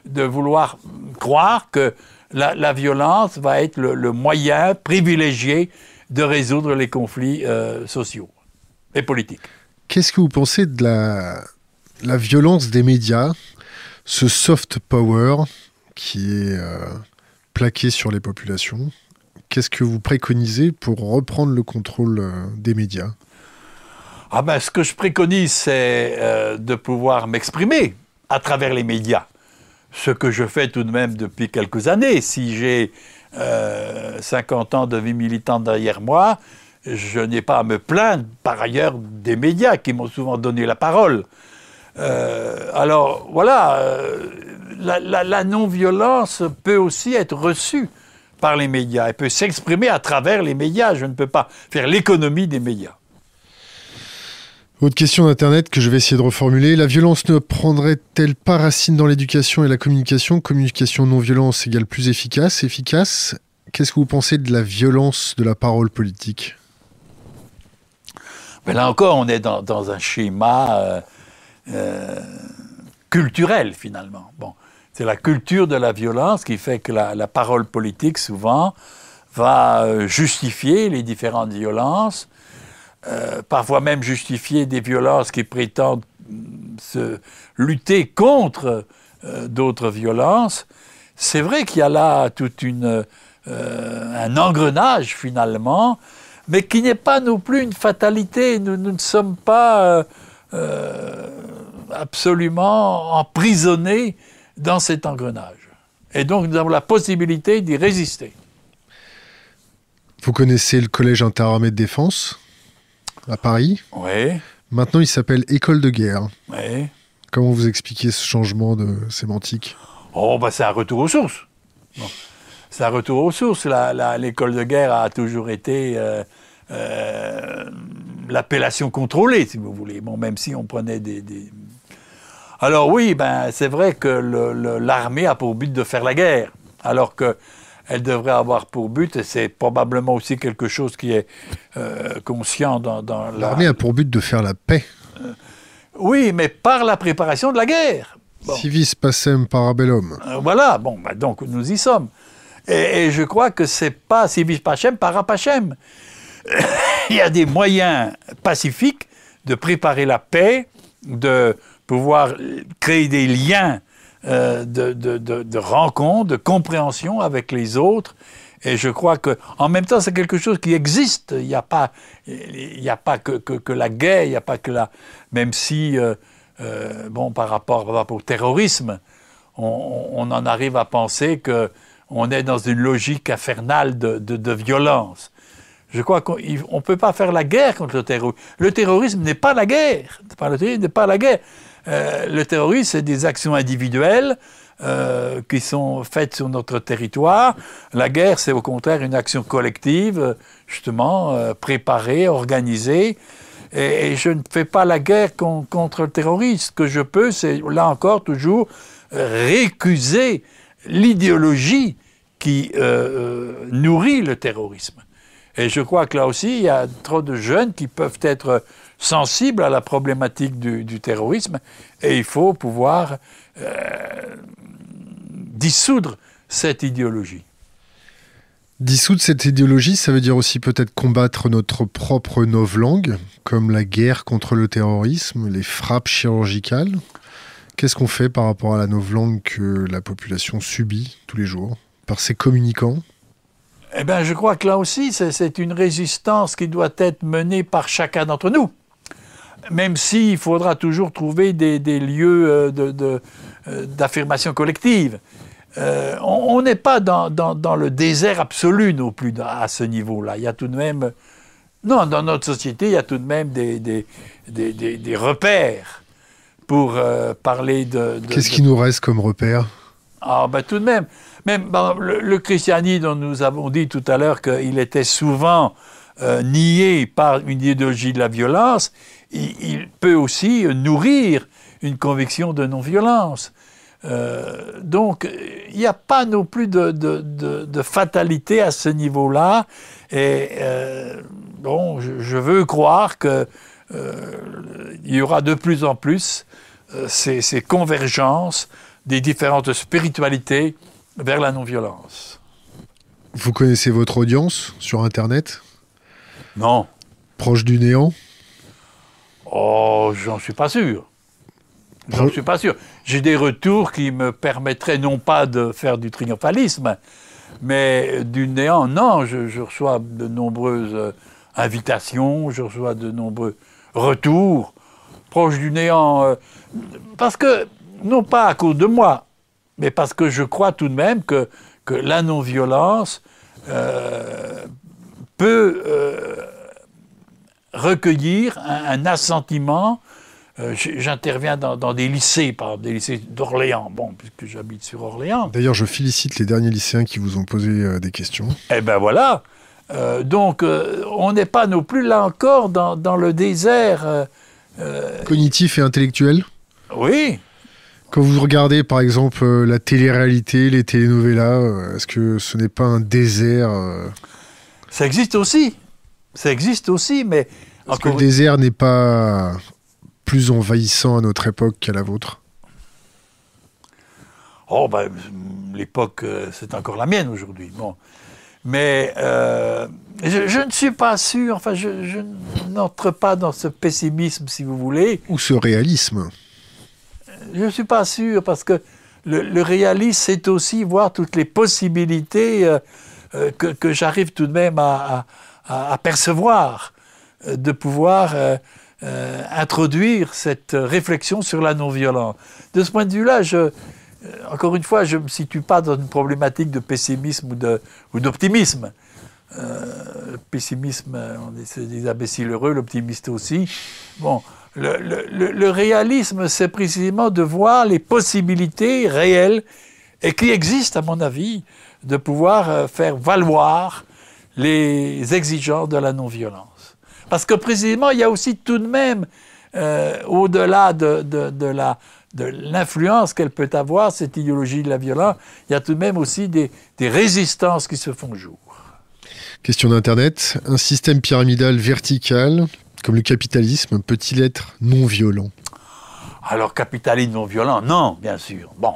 Speaker 2: de vouloir croire que la violence va être le moyen privilégié de résoudre les conflits sociaux et politiques.
Speaker 1: Qu'est-ce que vous pensez de la violence des médias, ce soft power qui est plaqué sur les populations? Qu'est-ce que vous préconisez pour reprendre le contrôle des médias?
Speaker 2: Ce que je préconise, c'est de pouvoir m'exprimer à travers les médias. Ce que je fais tout de même depuis quelques années. Si j'ai 50 ans de vie militante derrière moi, je n'ai pas à me plaindre, par ailleurs, des médias qui m'ont souvent donné la parole. Alors, voilà, la non-violence peut aussi être reçue par les médias. Elle peut s'exprimer à travers les médias. Je ne peux pas faire l'économie des médias.
Speaker 1: Autre question d'Internet que je vais essayer de reformuler. La violence ne prendrait-elle pas racine dans l'éducation et la communication? Communication non-violence égale plus efficace. Efficace. Qu'est-ce que vous pensez de la violence de la parole politique?
Speaker 2: Mais là encore, on est dans un schéma culturel, finalement. Bon, c'est la culture de la violence qui fait que la parole politique, souvent, va justifier les différentes violences, parfois même justifier des violences qui prétendent lutter contre d'autres violences. C'est vrai qu'il y a là tout un engrenage, finalement, mais qui n'est pas non plus une fatalité. Nous ne sommes pas absolument emprisonnés dans cet engrenage. Et donc, nous avons la possibilité d'y résister.
Speaker 1: Vous connaissez le collège interarmé de défense à Paris?
Speaker 2: Oui.
Speaker 1: Maintenant, il s'appelle École de guerre.
Speaker 2: Oui.
Speaker 1: Comment vous expliquez ce changement de sémantique?
Speaker 2: C'est un retour aux sources. Bon. C'est un retour aux sources. L'école de guerre a toujours été l'appellation contrôlée, si vous voulez. Bon, même si on prenait Alors oui, c'est vrai que l'armée a pour but de faire la guerre, alors qu'elle devrait avoir pour but, et c'est probablement aussi quelque chose qui est conscient dans
Speaker 1: L'armée a pour but de faire la paix.
Speaker 2: Oui, mais par la préparation de la guerre.
Speaker 1: Bon. Civis pacem parabellum.
Speaker 2: Voilà, donc nous y sommes. Et je crois que c'est pas civis pacem parapacem. Il y a des moyens pacifiques de préparer la paix, de pouvoir créer des liens de rencontre, de compréhension avec les autres. Et je crois qu'en même temps, c'est quelque chose qui existe. Il n'y a pas que la guerre, il n'y a pas que la... Même si, par rapport au terrorisme, on en arrive à penser qu'on est dans une logique infernale de violence. Je crois qu'on ne peut pas faire la guerre contre le terrorisme. Le terrorisme n'est pas la guerre. Le terrorisme n'est pas la guerre. Le terrorisme, c'est des actions individuelles qui sont faites sur notre territoire. La guerre, c'est au contraire une action collective, justement, préparée, organisée. Et je ne fais pas la guerre contre le terrorisme. Ce que je peux, c'est, là encore, toujours récuser l'idéologie qui nourrit le terrorisme. Et je crois que là aussi, il y a trop de jeunes qui peuvent être sensibles à la problématique du terrorisme, et il faut pouvoir dissoudre cette idéologie.
Speaker 1: Dissoudre cette idéologie, ça veut dire aussi peut-être combattre notre propre novlangue, comme la guerre contre le terrorisme, les frappes chirurgicales. Qu'est-ce qu'on fait par rapport à la novlangue que la population subit tous les jours, par ses communicants?
Speaker 2: Je crois que là aussi, c'est une résistance qui doit être menée par chacun d'entre nous. Même s'il faudra toujours trouver des lieux d'affirmation collective. On n'est pas dans le désert absolu non plus à ce niveau-là. Il y a tout de même... Non, dans notre société, il y a tout de même des repères pour parler de...
Speaker 1: Qu'est-ce qui nous reste comme repère?
Speaker 2: Tout de même. Même le christianisme dont nous avons dit tout à l'heure qu'il était souvent nié par une idéologie de la violence, il peut aussi nourrir une conviction de non-violence. Donc, il n'y a pas non plus de fatalité à ce niveau-là. Et je veux croire qu'il y aura de plus en plus ces convergences des différentes spiritualités vers la non-violence.
Speaker 1: Vous connaissez votre audience sur Internet?
Speaker 2: Non.
Speaker 1: Proche du néant?
Speaker 2: Oh, j'en suis pas sûr. J'en suis pas sûr. J'ai des retours qui me permettraient non pas de faire du triomphalisme, mais du néant. Non, je reçois de nombreuses invitations, je reçois de nombreux retours proches du néant. Parce que, non pas à cause de moi, mais parce que je crois tout de même que la non-violence peut recueillir un assentiment. J'interviens dans des lycées, par exemple, des lycées d'Orléans, puisque j'habite sur Orléans.
Speaker 1: D'ailleurs, je félicite les derniers lycéens qui vous ont posé des questions.
Speaker 2: Eh bien voilà. Donc, on n'est pas non plus, là encore, dans le désert.
Speaker 1: Cognitif et intellectuel?
Speaker 2: Oui.
Speaker 1: Quand vous regardez, par exemple, la télé-réalité, les telenovelas, est-ce que ce n'est pas un désert
Speaker 2: Ça existe aussi. Ça existe aussi, mais...
Speaker 1: Est-ce que le désert n'est pas plus envahissant à notre époque qu'à la vôtre?
Speaker 2: Oh, l'époque, c'est encore la mienne aujourd'hui. Bon. Mais je ne suis pas sûr, enfin, je n'entre pas dans ce pessimisme, si vous voulez.
Speaker 1: Ou ce réalisme?
Speaker 2: Je ne suis pas sûr, parce que le réalisme, c'est aussi voir toutes les possibilités que j'arrive tout de même à percevoir, de pouvoir introduire cette réflexion sur la non-violence. De ce point de vue-là, encore une fois, je ne me situe pas dans une problématique de pessimisme ou d'optimisme. Le pessimisme, c'est des imbéciles heureux, l'optimiste aussi. Bon, le réalisme, c'est précisément de voir les possibilités réelles et qui existent, à mon avis, de pouvoir faire valoir les exigences de la non-violence. Parce que précisément, il y a aussi tout de même, au-delà de l'influence qu'elle peut avoir, cette idéologie de la violence, il y a tout de même aussi des résistances qui se font jour.
Speaker 1: Question d'Internet. Un système pyramidal vertical, comme le capitalisme, peut-il être non violent?
Speaker 2: Alors, capitalisme non violent, non, bien sûr. Bon.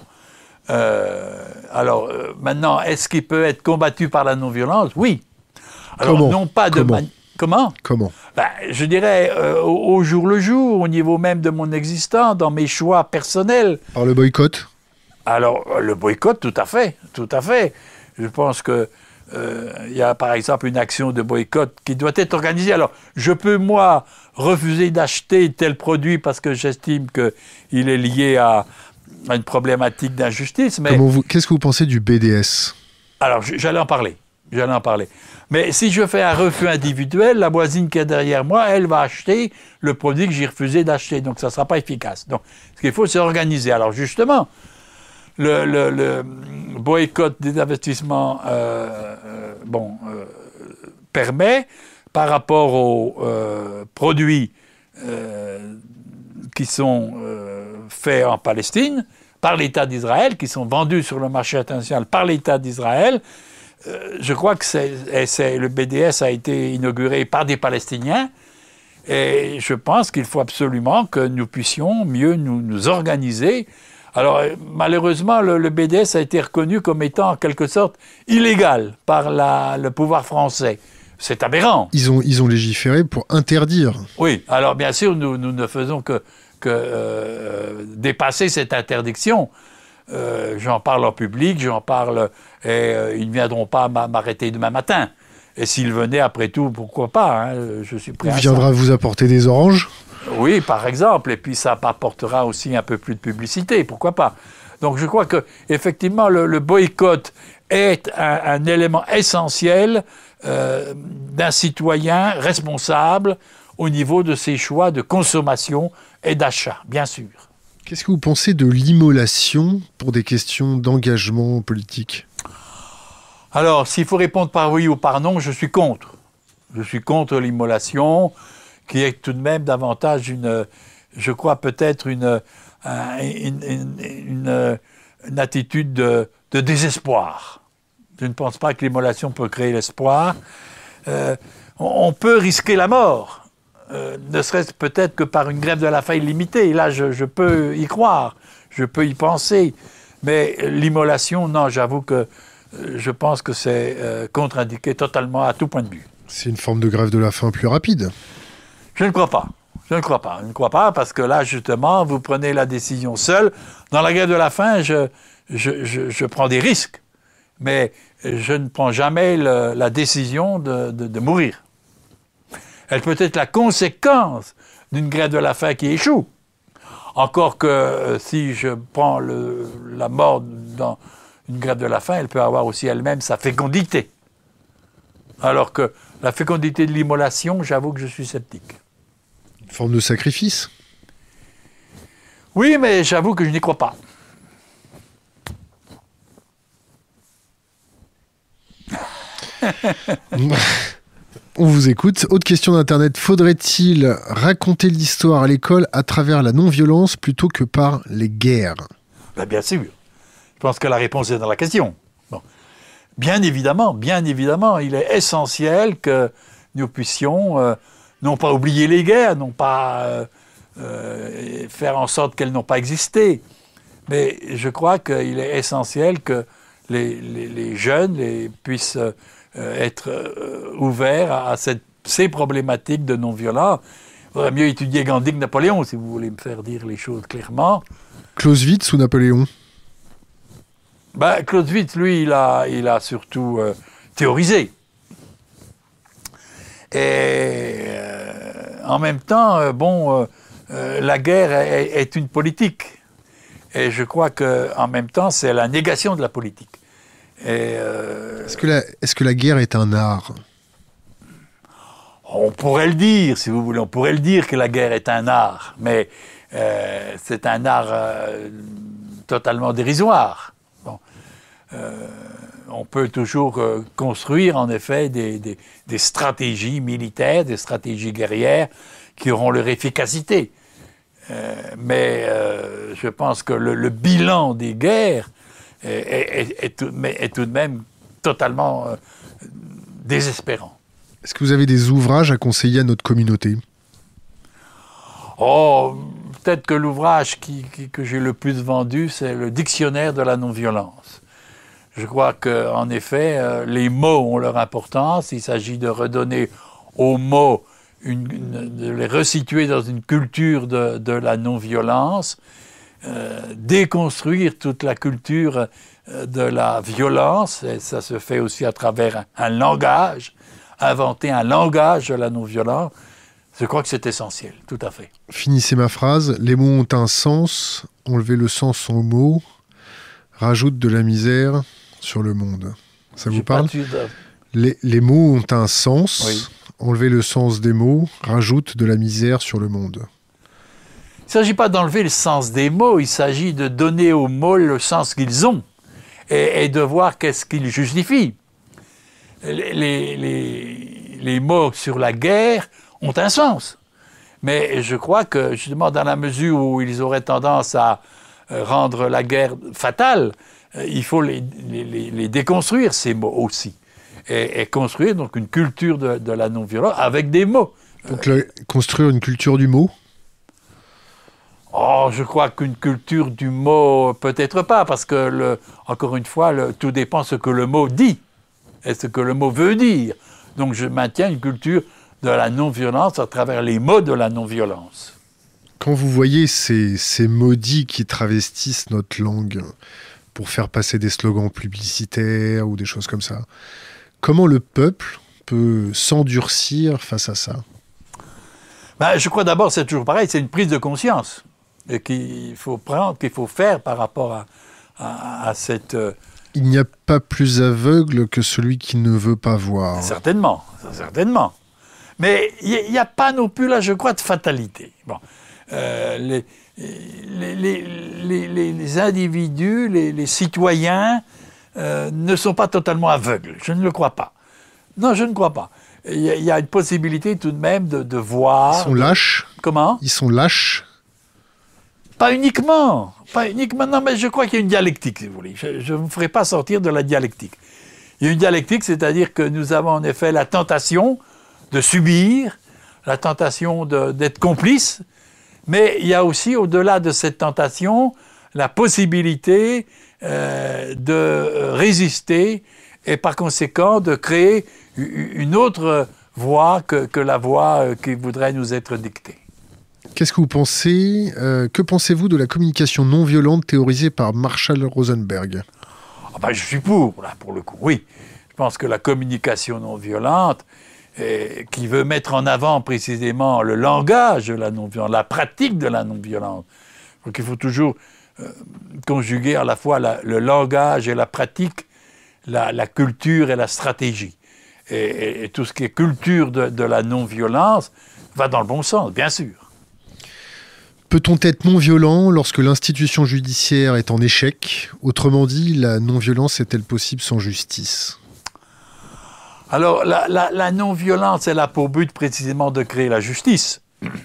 Speaker 2: Maintenant, est-ce qu'il peut être combattu par la non-violence? Oui. Alors,
Speaker 1: comment?
Speaker 2: Non pas de
Speaker 1: Comment?
Speaker 2: Je dirais au jour le jour, au niveau même de mon existence, dans mes choix personnels.
Speaker 1: Par le boycott?
Speaker 2: Alors, le boycott, tout à fait, tout à fait. Je pense que il y a par exemple une action de boycott qui doit être organisée. Alors, je peux, moi, refuser d'acheter tel produit parce que j'estime qu'il est lié à une problématique d'injustice. Mais
Speaker 1: qu'est-ce que vous pensez du BDS?
Speaker 2: Alors, j'allais en parler. Mais si je fais un refus individuel, la voisine qui est derrière moi, elle va acheter le produit que j'ai refusé d'acheter. Donc, ça ne sera pas efficace. Donc, ce qu'il faut, c'est organiser. Alors, justement, le boycott des investissements permet, par rapport aux produits qui sont faits en Palestine, par l'État d'Israël, qui sont vendus sur le marché international par l'État d'Israël, je crois que le BDS a été inauguré par des Palestiniens et je pense qu'il faut absolument que nous puissions mieux nous organiser. Alors malheureusement, le BDS a été reconnu comme étant en quelque sorte illégal par le pouvoir français. C'est aberrant.
Speaker 1: Ils ont légiféré pour interdire.
Speaker 2: Oui, alors bien sûr, nous ne faisons que dépasser cette interdiction. J'en parle en public, j'en parle et ils ne viendront pas m'arrêter demain matin. Et s'ils venaient, après tout, pourquoi pas, hein, je suis prêt à ça.
Speaker 1: Il viendra vous apporter des oranges?
Speaker 2: Oui, par exemple, et puis ça apportera aussi un peu plus de publicité, pourquoi pas. Donc je crois que effectivement le boycott est un élément essentiel d'un citoyen responsable au niveau de ses choix de consommation et d'achat, bien sûr.
Speaker 1: Qu'est-ce que vous pensez de l'immolation pour des questions d'engagement politique?
Speaker 2: Alors, s'il faut répondre par oui ou par non, je suis contre. Je suis contre l'immolation, qui est tout de même davantage je crois peut-être une attitude de désespoir. Je ne pense pas que l'immolation peut créer l'espoir. On peut risquer la mort, ne serait-ce peut-être que par une grève de la faim illimitée. Et là, je peux y croire. je peux y penser. Mais l'immolation, non, j'avoue que je pense que c'est contre-indiqué totalement à tout point de vue.
Speaker 1: C'est une forme de grève de la faim plus rapide.
Speaker 2: Je ne crois pas. Je ne crois pas. Je ne crois pas parce que là, justement, vous prenez la décision seule. Dans la grève de la faim, je prends des risques. Mais je ne prends jamais la décision de mourir. Elle peut être la conséquence d'une grève de la faim qui échoue. Encore que si je prends la mort dans une grève de la faim, elle peut avoir aussi elle-même sa fécondité. Alors que la fécondité de l'immolation, j'avoue que je suis sceptique.
Speaker 1: Une forme de sacrifice.
Speaker 2: Oui, mais j'avoue que je n'y crois pas.
Speaker 1: On vous écoute. Autre question d'Internet. Faudrait-il raconter l'histoire à l'école à travers la non-violence plutôt que par les guerres ?
Speaker 2: Ben, bien sûr. Je pense que la réponse est dans la question. Bon. Bien évidemment, il est essentiel que nous puissions non pas oublier les guerres, non pas faire en sorte qu'elles n'ont pas existé, mais je crois qu'il est essentiel que les jeunes puissent être ouverts à ces problématiques de non-violence. Il vaudrait mieux étudier Gandhi que Napoléon, si vous voulez me faire dire les choses clairement.
Speaker 1: Clausewitz ou Napoléon ?
Speaker 2: Ben, Clausewitz, lui, il a surtout théorisé. Et en même temps, la guerre est une politique. Et je crois qu'en même temps, c'est la négation de la politique.
Speaker 1: Est-ce que la guerre est un art ?
Speaker 2: On pourrait le dire, si vous voulez. On pourrait le dire que la guerre est un art. Mais c'est un art totalement dérisoire. Bon. On peut toujours construire, en effet, des stratégies militaires, des stratégies guerrières qui auront leur efficacité. Mais je pense que le bilan des guerres est tout de même totalement désespérant.
Speaker 1: Est-ce que vous avez des ouvrages à conseiller à notre communauté ?
Speaker 2: Oh, peut-être que l'ouvrage que j'ai le plus vendu, c'est le Dictionnaire de la non-violence. Je crois qu'en effet, les mots ont leur importance. Il s'agit de redonner aux mots, de les resituer dans une culture de la non-violence, déconstruire toute la culture de la violence. Et ça se fait aussi à travers un langage, inventer un langage de la non-violence. Je crois que c'est essentiel, tout à fait.
Speaker 1: Finissez ma phrase. Les mots ont un sens. Enlevez le sens aux mots. Rajoute de la misère sur le monde. Ça vous parle ? Les mots ont un sens. Oui. Enlevez le sens des mots. Rajoute de la misère sur le monde.
Speaker 2: Il ne s'agit pas d'enlever le sens des mots. Il s'agit de donner aux mots le sens qu'ils ont et de voir qu'est-ce qu'ils justifient. Les mots sur la guerre ont un sens. Mais je crois que, justement, dans la mesure où ils auraient tendance à rendre la guerre fatale, il faut les déconstruire, ces mots aussi. Et construire donc une culture de la non-violence avec des mots.
Speaker 1: Donc construire une culture du mot ?
Speaker 2: Oh, je crois qu'une culture du mot, peut-être pas, parce que, encore une fois, tout dépend de ce que le mot dit et ce que le mot veut dire. Donc je maintiens une culture de la non-violence à travers les mots de la non-violence.
Speaker 1: Quand vous voyez ces maudits qui travestissent notre langue pour faire passer des slogans publicitaires ou des choses comme ça, comment le peuple peut s'endurcir face à ça ?
Speaker 2: Ben, je crois d'abord, c'est toujours pareil, c'est une prise de conscience qu'il faut prendre, qu'il faut faire par rapport à cette...
Speaker 1: Il n'y a pas plus aveugle que celui qui ne veut pas voir.
Speaker 2: Certainement, certainement. Mais il n'y a pas non plus, là, je crois, de fatalité. Bon. Les individus, les citoyens ne sont pas totalement aveugles. Je ne le crois pas. Non, je ne crois pas. Il y a une possibilité tout de même de voir...
Speaker 1: Ils sont lâches.
Speaker 2: Comment ?
Speaker 1: Ils sont lâches.
Speaker 2: Pas uniquement. Non, mais je crois qu'il y a une dialectique, si vous voulez. Je ne vous ferai pas sortir de la dialectique. Il y a une dialectique, c'est-à-dire que nous avons en effet la tentation de subir, la tentation d'être complice, mais il y a aussi, au-delà de cette tentation, la possibilité de résister et par conséquent de créer une autre voie que la voie qui voudrait nous être dictée.
Speaker 1: Qu'est-ce que vous pensez que pensez-vous de la communication non violente théorisée par Marshall Rosenberg?
Speaker 2: Je suis pour le coup, oui. Je pense que la communication non violente, qui veut mettre en avant précisément le langage de la non-violence, la pratique de la non-violence. Donc il faut toujours conjuguer à la fois le langage et la pratique, la culture et la stratégie. Et tout ce qui est culture de la non-violence va dans le bon sens, bien sûr.
Speaker 1: Peut-on être non-violent lorsque l'institution judiciaire est en échec? Autrement dit, la non-violence est-elle possible sans justice?
Speaker 2: Alors, la non-violence, elle a pour but précisément de créer la justice.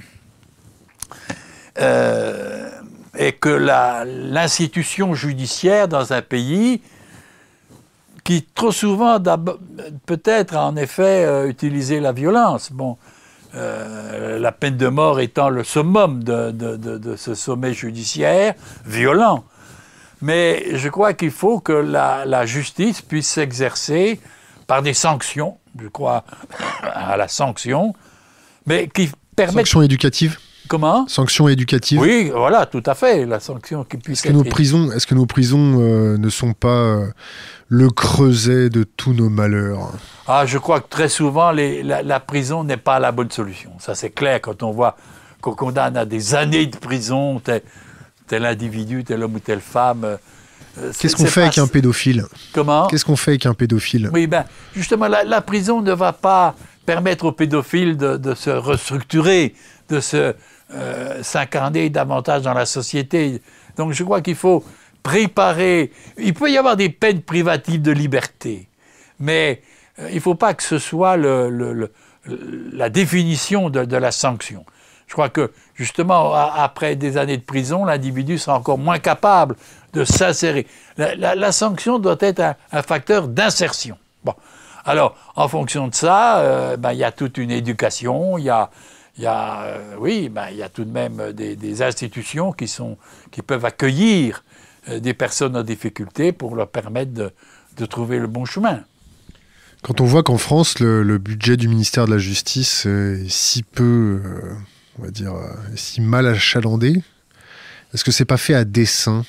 Speaker 2: Et que l'institution judiciaire dans un pays, qui trop souvent, peut-être, a en effet utilisé la violence. Bon, la peine de mort étant le summum de ce sommet judiciaire violent. Mais je crois qu'il faut que la justice puisse s'exercer par des sanctions, je crois à la sanction, mais qui permettent...
Speaker 1: Sanctions éducatives?
Speaker 2: Comment?
Speaker 1: Sanctions éducatives?
Speaker 2: Oui, voilà, tout à fait, la sanction qui puisse
Speaker 1: Est-ce que nos prisons ne sont pas le creuset de tous nos malheurs?
Speaker 2: Je crois que très souvent, la prison n'est pas la bonne solution. Ça, c'est clair, quand on voit qu'on condamne à des années de prison tel individu, tel homme ou telle femme.
Speaker 1: Qu'est-ce qu'on fait avec un pédophile?
Speaker 2: Comment?
Speaker 1: Qu'est-ce qu'on fait avec un pédophile?
Speaker 2: Oui, justement, la prison ne va pas permettre aux pédophiles de se restructurer, de s'incarner davantage dans la société. Donc je crois qu'il faut préparer... Il peut y avoir des peines privatives de liberté, mais il ne faut pas que ce soit la définition de la sanction. Je crois que, justement, après des années de prison, l'individu sera encore moins capable de s'insérer. La sanction doit être un facteur d'insertion. Bon. Alors, en fonction de ça, il y a toute une éducation, il y a tout de même des institutions qui peuvent accueillir des personnes en difficulté pour leur permettre de trouver le bon chemin.
Speaker 1: Quand on voit qu'en France, le budget du ministère de la Justice est si peu, on va dire, si mal achalandé, est-ce que c'est pas fait à dessein?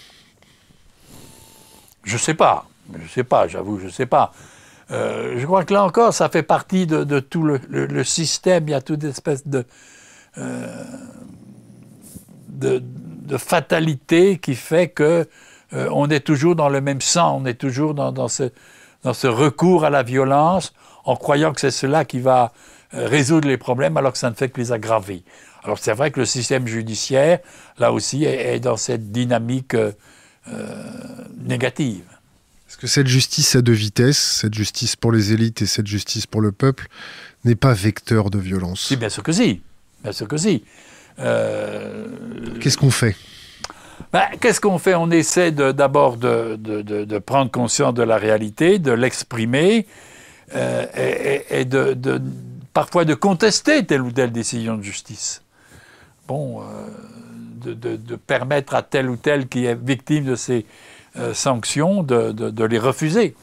Speaker 2: Je sais pas, j'avoue, je sais pas. Je crois que là encore, ça fait partie de tout le système. Il y a toute espèce de fatalité qui fait que on est toujours dans le même sang, on est toujours dans ce recours à la violence, en croyant que c'est cela qui va résoudre les problèmes, alors que ça ne fait que les aggraver. Alors c'est vrai que le système judiciaire, là aussi, est dans cette dynamique négative.
Speaker 1: Est-ce que cette justice à deux vitesses, cette justice pour les élites et cette justice pour le peuple, n'est pas vecteur de violence?
Speaker 2: Si, bien sûr que si. Bien sûr que si.
Speaker 1: Qu'est-ce qu'on fait?
Speaker 2: Qu'est-ce qu'on fait? On essaie d'abord de prendre conscience de la réalité, de l'exprimer et parfois de contester telle ou telle décision de justice. Bon, de permettre à tel ou tel qui est victime de ces sanctions de les refuser.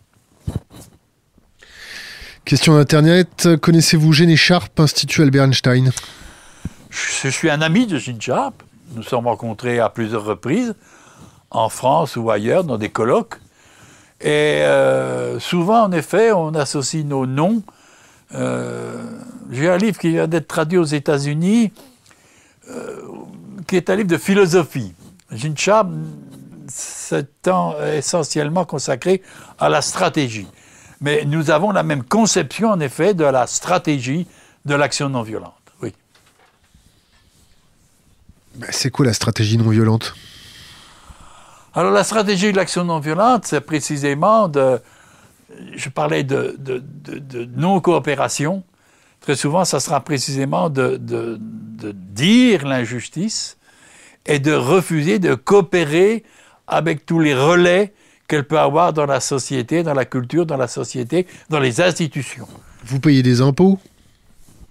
Speaker 1: Question d'Internet. Connaissez-vous Gene Sharp, Institut Albert Einstein?
Speaker 2: Je suis un ami de Gene Sharp. Nous nous sommes rencontrés à plusieurs reprises, en France ou ailleurs, dans des colloques. Et souvent, en effet, on associe nos noms. J'ai un livre qui vient d'être traduit aux États-Unis, qui est un livre de philosophie. Gene Sharp s'étant essentiellement consacré à la stratégie. Mais nous avons la même conception, en effet, de la stratégie de l'action non violente. Oui.
Speaker 1: C'est quoi la stratégie non violente?
Speaker 2: Alors, la stratégie de l'action non violente, c'est précisément je parlais de non-coopération. Très souvent, ça sera précisément de dire l'injustice et de refuser de coopérer avec tous les relais qu'elle peut avoir dans la société, dans la culture, dans la société, dans les institutions.
Speaker 1: Vous payez des impôts?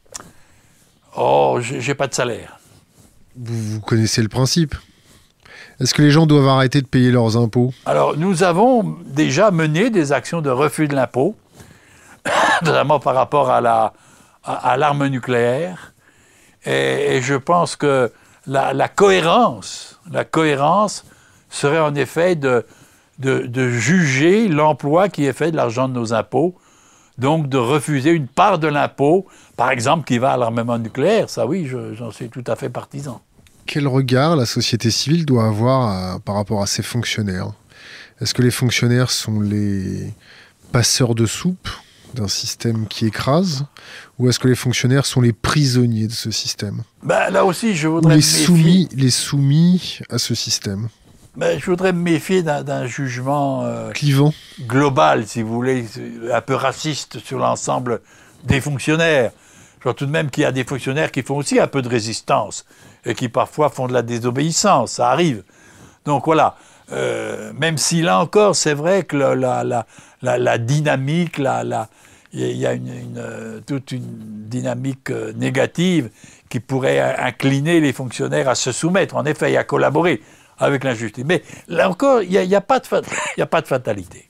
Speaker 2: Oh, j'ai pas de salaire.
Speaker 1: Vous connaissez le principe. Est-ce que les gens doivent arrêter de payer leurs impôts?
Speaker 2: Alors, nous avons déjà mené des actions de refus de l'impôt, notamment par rapport à l'arme nucléaire. Et je pense que la cohérence serait en effet de juger l'emploi qui est fait de l'argent de nos impôts, donc de refuser une part de l'impôt, par exemple, qui va à l'armement nucléaire. Ça, oui, j'en suis tout à fait partisan.
Speaker 1: Quel regard la société civile doit avoir par rapport à ses fonctionnaires? Est-ce que les fonctionnaires sont les passeurs de soupe d'un système qui écrase, ou est-ce que les fonctionnaires sont les prisonniers de ce système?
Speaker 2: Là aussi, je voudrais
Speaker 1: ou
Speaker 2: les
Speaker 1: soumis à ce système?
Speaker 2: Je voudrais me méfier d'un jugement
Speaker 1: clivant,
Speaker 2: global, si vous voulez, un peu raciste sur l'ensemble des fonctionnaires. Je vois tout de même qu'il y a des fonctionnaires qui font aussi un peu de résistance et qui parfois font de la désobéissance, ça arrive. Donc voilà, même si là encore, c'est vrai que la dynamique, il y a toute une dynamique négative qui pourrait incliner les fonctionnaires à se soumettre, en effet, et à collaborer avec l'injustice. Mais là encore, il n'y a pas de fatalité.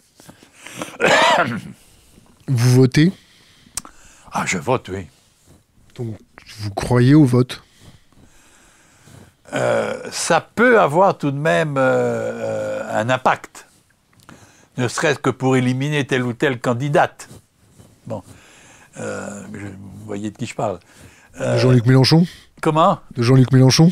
Speaker 1: Vous votez?
Speaker 2: Ah, je vote, oui.
Speaker 1: Donc, vous croyez au vote?
Speaker 2: Ça peut avoir tout de même un impact, ne serait-ce que pour éliminer telle ou telle candidate. Bon, vous voyez de qui je parle.
Speaker 1: De Jean-Luc Mélenchon?
Speaker 2: Comment?
Speaker 1: De Jean-Luc Mélenchon?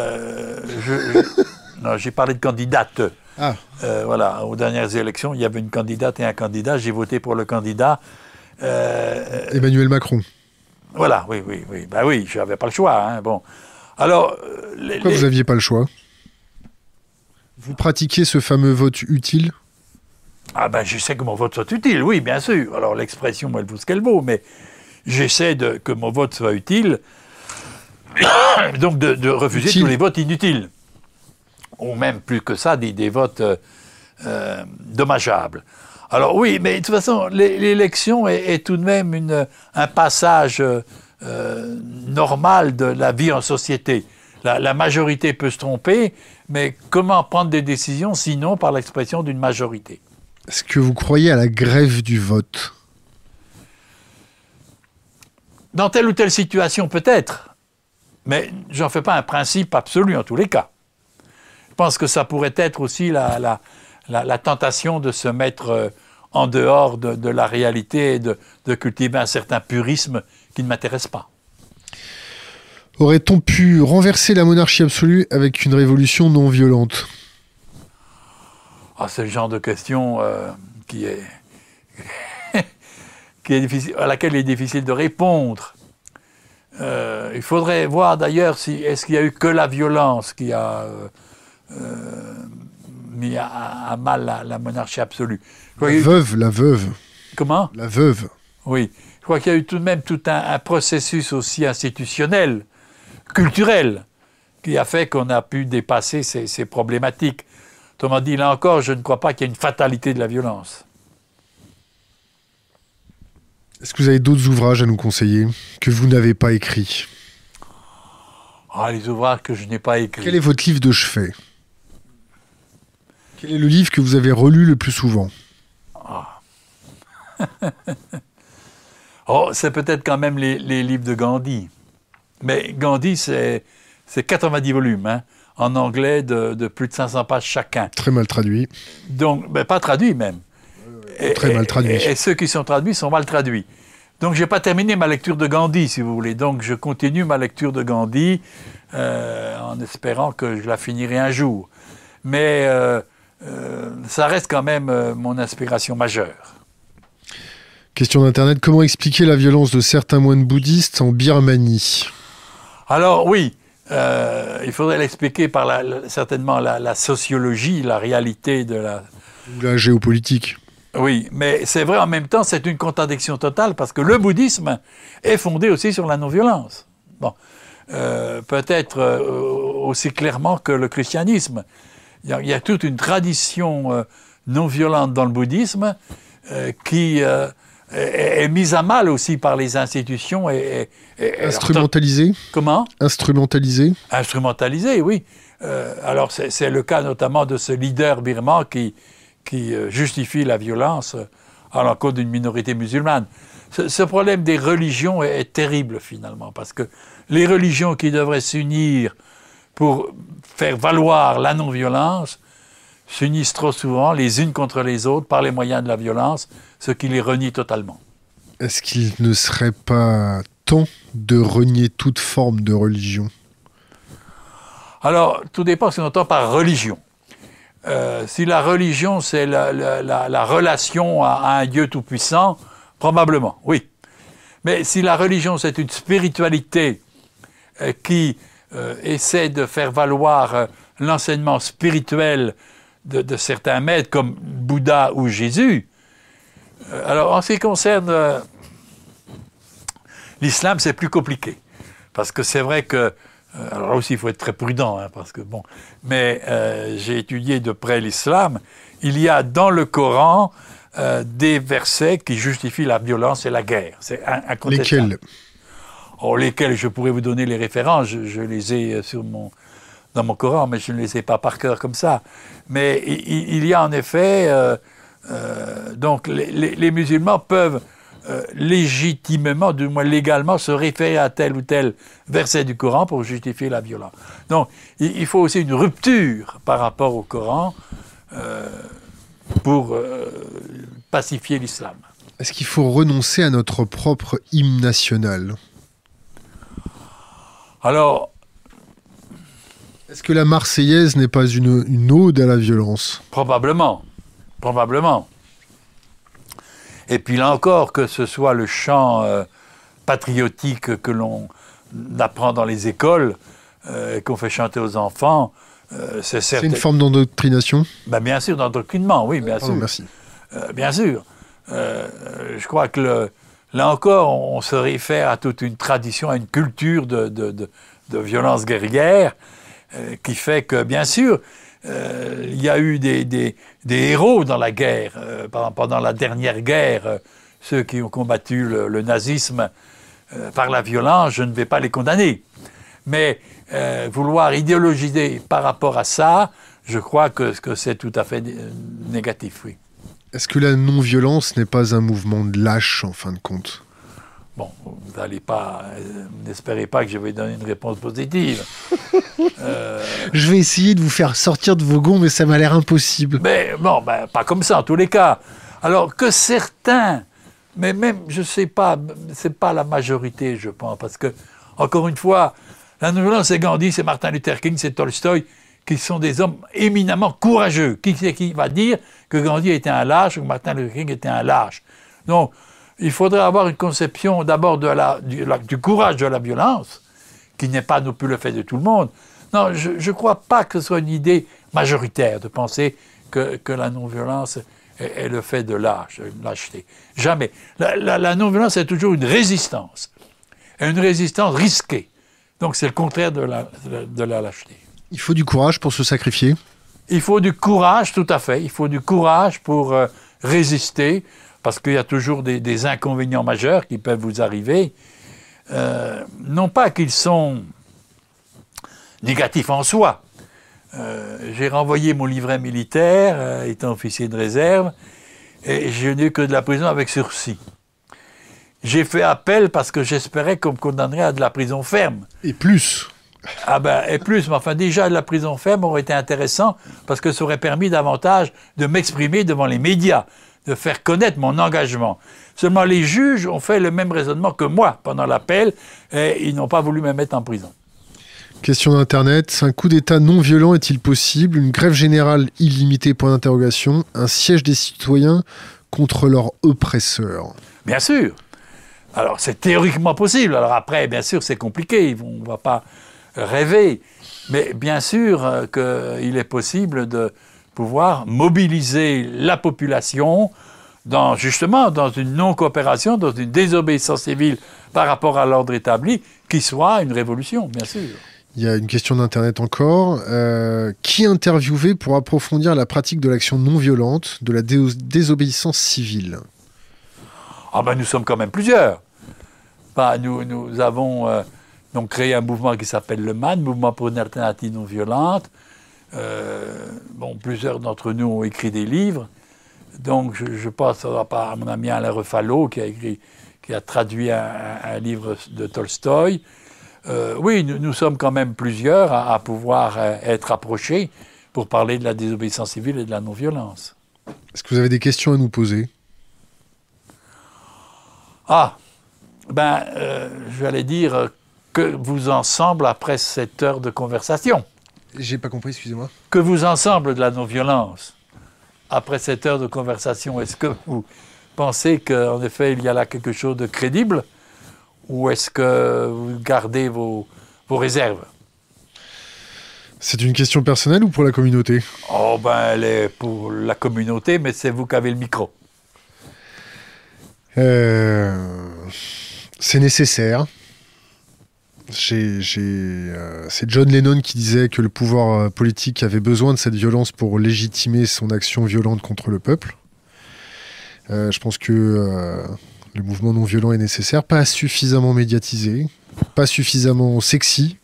Speaker 2: Non, j'ai parlé de candidate.
Speaker 1: Ah.
Speaker 2: Voilà, aux dernières élections, il y avait une candidate et un candidat. J'ai voté pour le candidat.
Speaker 1: Emmanuel Macron.
Speaker 2: Voilà, oui. Ben oui, je n'avais pas le choix. Hein. Bon. Alors,
Speaker 1: pourquoi vous n'aviez pas le choix? Vous pratiquez ce fameux vote utile?
Speaker 2: Ah ben, je sais que mon vote soit utile, oui, bien sûr. Alors, l'expression, elle vaut ce qu'elle vaut, mais j'essaie que mon vote soit utile, donc de refuser tous les votes inutiles. Ou même plus que ça, des votes dommageables. Alors oui, mais de toute façon, l'élection est tout de même un passage normal de la vie en société. La majorité peut se tromper, mais comment prendre des décisions sinon par l'expression d'une majorité?
Speaker 1: Est-ce que vous croyez à la grève du vote?
Speaker 2: Dans telle ou telle situation, peut-être. Mais j'en fais pas un principe absolu en tous les cas. Je pense que ça pourrait être aussi la tentation de se mettre en dehors de la réalité et de cultiver un certain purisme qui ne m'intéresse pas.
Speaker 1: Aurait-on pu renverser la monarchie absolue avec une révolution non violente?
Speaker 2: C'est le genre de question qui est difficile, à laquelle il est difficile de répondre. Il faudrait voir d'ailleurs est-ce qu'il y a eu que la violence qui a mis à mal la monarchie absolue.
Speaker 1: La veuve.
Speaker 2: Comment?
Speaker 1: La veuve.
Speaker 2: Oui. Je crois qu'il y a eu tout de même tout un processus aussi institutionnel, culturel, qui a fait qu'on a pu dépasser ces problématiques. Autrement dit, là encore, je ne crois pas qu'il y ait une fatalité de la violence.
Speaker 1: Est-ce que vous avez d'autres ouvrages à nous conseiller que vous n'avez pas écrits?
Speaker 2: Les ouvrages que je n'ai pas écrits.
Speaker 1: Quel est votre livre de chevet? Quel est le livre que vous avez relu le plus souvent?
Speaker 2: C'est peut-être quand même les livres de Gandhi. Mais Gandhi, c'est 90 volumes, hein, en anglais de plus de 500 pages chacun.
Speaker 1: Très mal traduit.
Speaker 2: Donc, pas traduit même.
Speaker 1: Très mal traduit.
Speaker 2: Et ceux qui sont traduits sont mal traduits. Donc, je n'ai pas terminé ma lecture de Gandhi, si vous voulez. Donc, je continue ma lecture de Gandhi en espérant que je la finirai un jour. Mais ça reste quand même mon inspiration majeure.
Speaker 1: Question d'Internet. Comment expliquer la violence de certains moines bouddhistes en Birmanie?
Speaker 2: Alors, oui. Il faudrait l'expliquer par certainement la sociologie, la réalité de la...
Speaker 1: Ou la géopolitique.
Speaker 2: Oui, mais c'est vrai, en même temps, c'est une contradiction totale parce que le bouddhisme est fondé aussi sur la non-violence. Bon, peut-être aussi clairement que le christianisme. Il y a toute une tradition non-violente dans le bouddhisme qui est mise à mal aussi par les institutions.
Speaker 1: Instrumentalisée.
Speaker 2: Comment?
Speaker 1: Instrumentalisée.
Speaker 2: Instrumentalisée, oui. Alors c'est le cas notamment de ce leader birman qui justifie la violence à l'encontre d'une minorité musulmane. Ce problème des religions est terrible finalement, parce que les religions qui devraient s'unir pour faire valoir la non-violence s'unissent trop souvent les unes contre les autres par les moyens de la violence, ce qui les renie totalement.
Speaker 1: Est-ce qu'il ne serait pas temps de renier toute forme de religion?
Speaker 2: Alors, tout dépend ce qu'on entend par religion. Si la religion, c'est la relation à un Dieu tout-puissant, probablement, oui. Mais si la religion, c'est une spiritualité qui essaie de faire valoir l'enseignement spirituel de certains maîtres, comme Bouddha ou Jésus, alors en ce qui concerne l'islam, c'est plus compliqué. Parce que c'est vrai que alors là aussi, il faut être très prudent, hein, parce que bon. Mais j'ai étudié de près l'islam. Il y a dans le Coran des versets qui justifient la violence et la guerre. C'est incontestable.
Speaker 1: Lesquels?
Speaker 2: Lesquels je pourrais vous donner les références. Je les ai dans mon Coran, mais je ne les ai pas par cœur comme ça. Mais il y a en effet donc les musulmans peuvent légitimement, du moins légalement, se référer à tel ou tel verset du Coran pour justifier la violence. Donc, il faut aussi une rupture par rapport au Coran pour pacifier l'islam.
Speaker 1: Est-ce qu'il faut renoncer à notre propre hymne national?
Speaker 2: Alors...
Speaker 1: Est-ce que la Marseillaise n'est pas une ode à la violence?
Speaker 2: Probablement. Et puis là encore, que ce soit le chant patriotique que l'on apprend dans les écoles, qu'on fait chanter aux enfants, c'est certain.
Speaker 1: C'est une forme d'endoctrination?
Speaker 2: Bien sûr, d'endoctrinement, oui, bien sûr.
Speaker 1: Merci.
Speaker 2: Bien sûr. Je crois que là encore, on se réfère à toute une tradition, à une culture de violence guerrière, qui fait que, bien sûr, il y a eu des héros dans la guerre. Par exemple, pendant la dernière guerre, ceux qui ont combattu le nazisme par la violence, je ne vais pas les condamner. Mais vouloir idéologiser par rapport à ça, je crois que c'est tout à fait négatif, oui.
Speaker 1: Est-ce que la non-violence n'est pas un mouvement de lâche, en fin de compte?
Speaker 2: Bon, vous n'allez pas... n'espérez pas que je vais donner une réponse positive.
Speaker 1: Je vais essayer de vous faire sortir de vos gonds, mais ça m'a l'air impossible.
Speaker 2: Mais bon, pas comme ça, en tous les cas. Alors que certains, mais même, je ne sais pas, c'est pas la majorité, je pense, parce que, encore une fois, la non-violence, c'est Gandhi, c'est Martin Luther King, c'est Tolstoï, qui sont des hommes éminemment courageux. Qui va dire que Gandhi était un lâche ou que Martin Luther King était un lâche? Donc, il faudrait avoir une conception d'abord du courage de la violence, qui n'est pas non plus le fait de tout le monde. Non, je ne crois pas que ce soit une idée majoritaire de penser que la non-violence est le fait de lâcheté. Jamais. La non-violence est toujours une résistance. Et une résistance risquée. Donc c'est le contraire de la lâcheté.
Speaker 1: Il faut du courage pour se sacrifier?
Speaker 2: Il faut du courage, tout à fait. Il faut du courage pour résister, parce qu'il y a toujours des inconvénients majeurs qui peuvent vous arriver. Non pas qu'ils sont négatifs en soi. J'ai renvoyé mon livret militaire, étant officier de réserve, et je n'ai eu que de la prison avec sursis. J'ai fait appel parce que j'espérais qu'on me condamnerait à de la prison ferme.
Speaker 1: Et plus?
Speaker 2: Et plus, mais enfin déjà de la prison ferme aurait été intéressant parce que ça aurait permis davantage de m'exprimer devant les médias, de faire connaître mon engagement. Seulement les juges ont fait le même raisonnement que moi pendant l'appel et ils n'ont pas voulu me mettre en prison.
Speaker 1: Question d'Internet. Un coup d'État non violent est-il possible? Une grève générale illimitée, point d'interrogation. Un siège des citoyens contre leurs oppresseurs.
Speaker 2: Bien sûr. Alors c'est théoriquement possible. Alors après, bien sûr, c'est compliqué. On ne va pas rêver. Mais bien sûr qu'il est possible de pouvoir mobiliser la population justement dans une non-coopération, dans une désobéissance civile par rapport à l'ordre établi, qui soit une révolution, bien sûr.
Speaker 1: Il y a une question d'Internet encore. Qui interviewer pour approfondir la pratique de l'action non violente, de la désobéissance civile?
Speaker 2: Ah ben nous sommes quand même plusieurs. Ben, nous avons donc créé un mouvement qui s'appelle le MAN, Mouvement pour une alternative non violente. Plusieurs d'entre nous ont écrit des livres. Donc je pense à mon ami Alain Refalo qui a traduit un livre de Tolstoï. Oui, nous sommes quand même plusieurs à pouvoir être approchés pour parler de la désobéissance civile et de la non-violence.
Speaker 1: Est-ce que vous avez des questions à nous poser?
Speaker 2: J'allais dire que vous en semble après cette heure de conversation.
Speaker 1: J'ai pas compris, excusez-moi.
Speaker 2: Que vous en semble de la non-violence après cette heure de conversation? Est-ce que vous pensez qu'en effet il y a là quelque chose de crédible ou est-ce que vous gardez vos réserves?
Speaker 1: C'est une question personnelle ou pour la communauté?
Speaker 2: Elle est pour la communauté, mais c'est vous qui avez le micro.
Speaker 1: C'est nécessaire. C'est John Lennon qui disait que le pouvoir politique avait besoin de cette violence pour légitimer son action violente contre le peuple. Je pense que le mouvement non violent est nécessaire, pas suffisamment médiatisé, pas suffisamment sexy.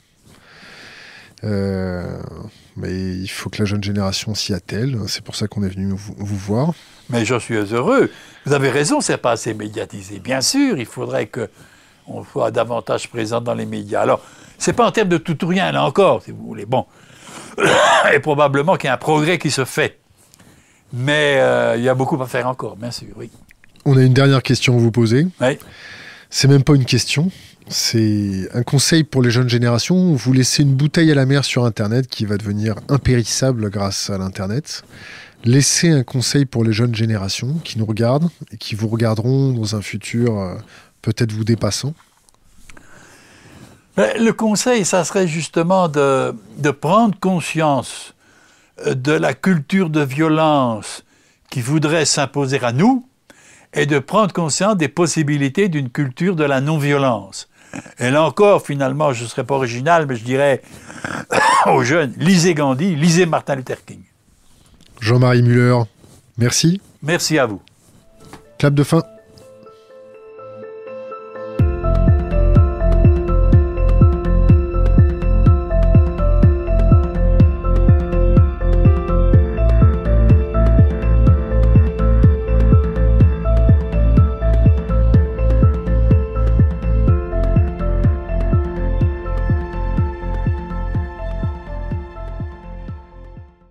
Speaker 1: Mais il faut que la jeune génération s'y attelle. C'est pour ça qu'on est venu vous voir.
Speaker 2: Mais je suis heureux. Vous avez raison, c'est pas assez médiatisé. Bien sûr, il faudrait qu'on soit davantage présent dans les médias. Alors, c'est pas en termes de tout ou rien, là encore, si vous voulez. Bon, et probablement qu'il y a un progrès qui se fait. Mais il y a beaucoup à faire encore, bien sûr, oui.
Speaker 1: On a une dernière question à vous poser.
Speaker 2: Oui.
Speaker 1: C'est même pas une question. C'est un conseil pour les jeunes générations. Vous laissez une bouteille à la mer sur Internet qui va devenir impérissable grâce à l'Internet. Laissez un conseil pour les jeunes générations qui nous regardent et qui vous regarderont dans un futur peut-être vous dépassant.
Speaker 2: Le conseil, ça serait justement de prendre conscience de la culture de violence qui voudrait s'imposer à nous et de prendre conscience des possibilités d'une culture de la non-violence. Et là encore, finalement, je ne serais pas original, mais je dirais aux jeunes, lisez Gandhi, lisez Martin Luther King.
Speaker 1: Jean-Marie Müller, merci.
Speaker 2: Merci à vous.
Speaker 1: Clap de fin.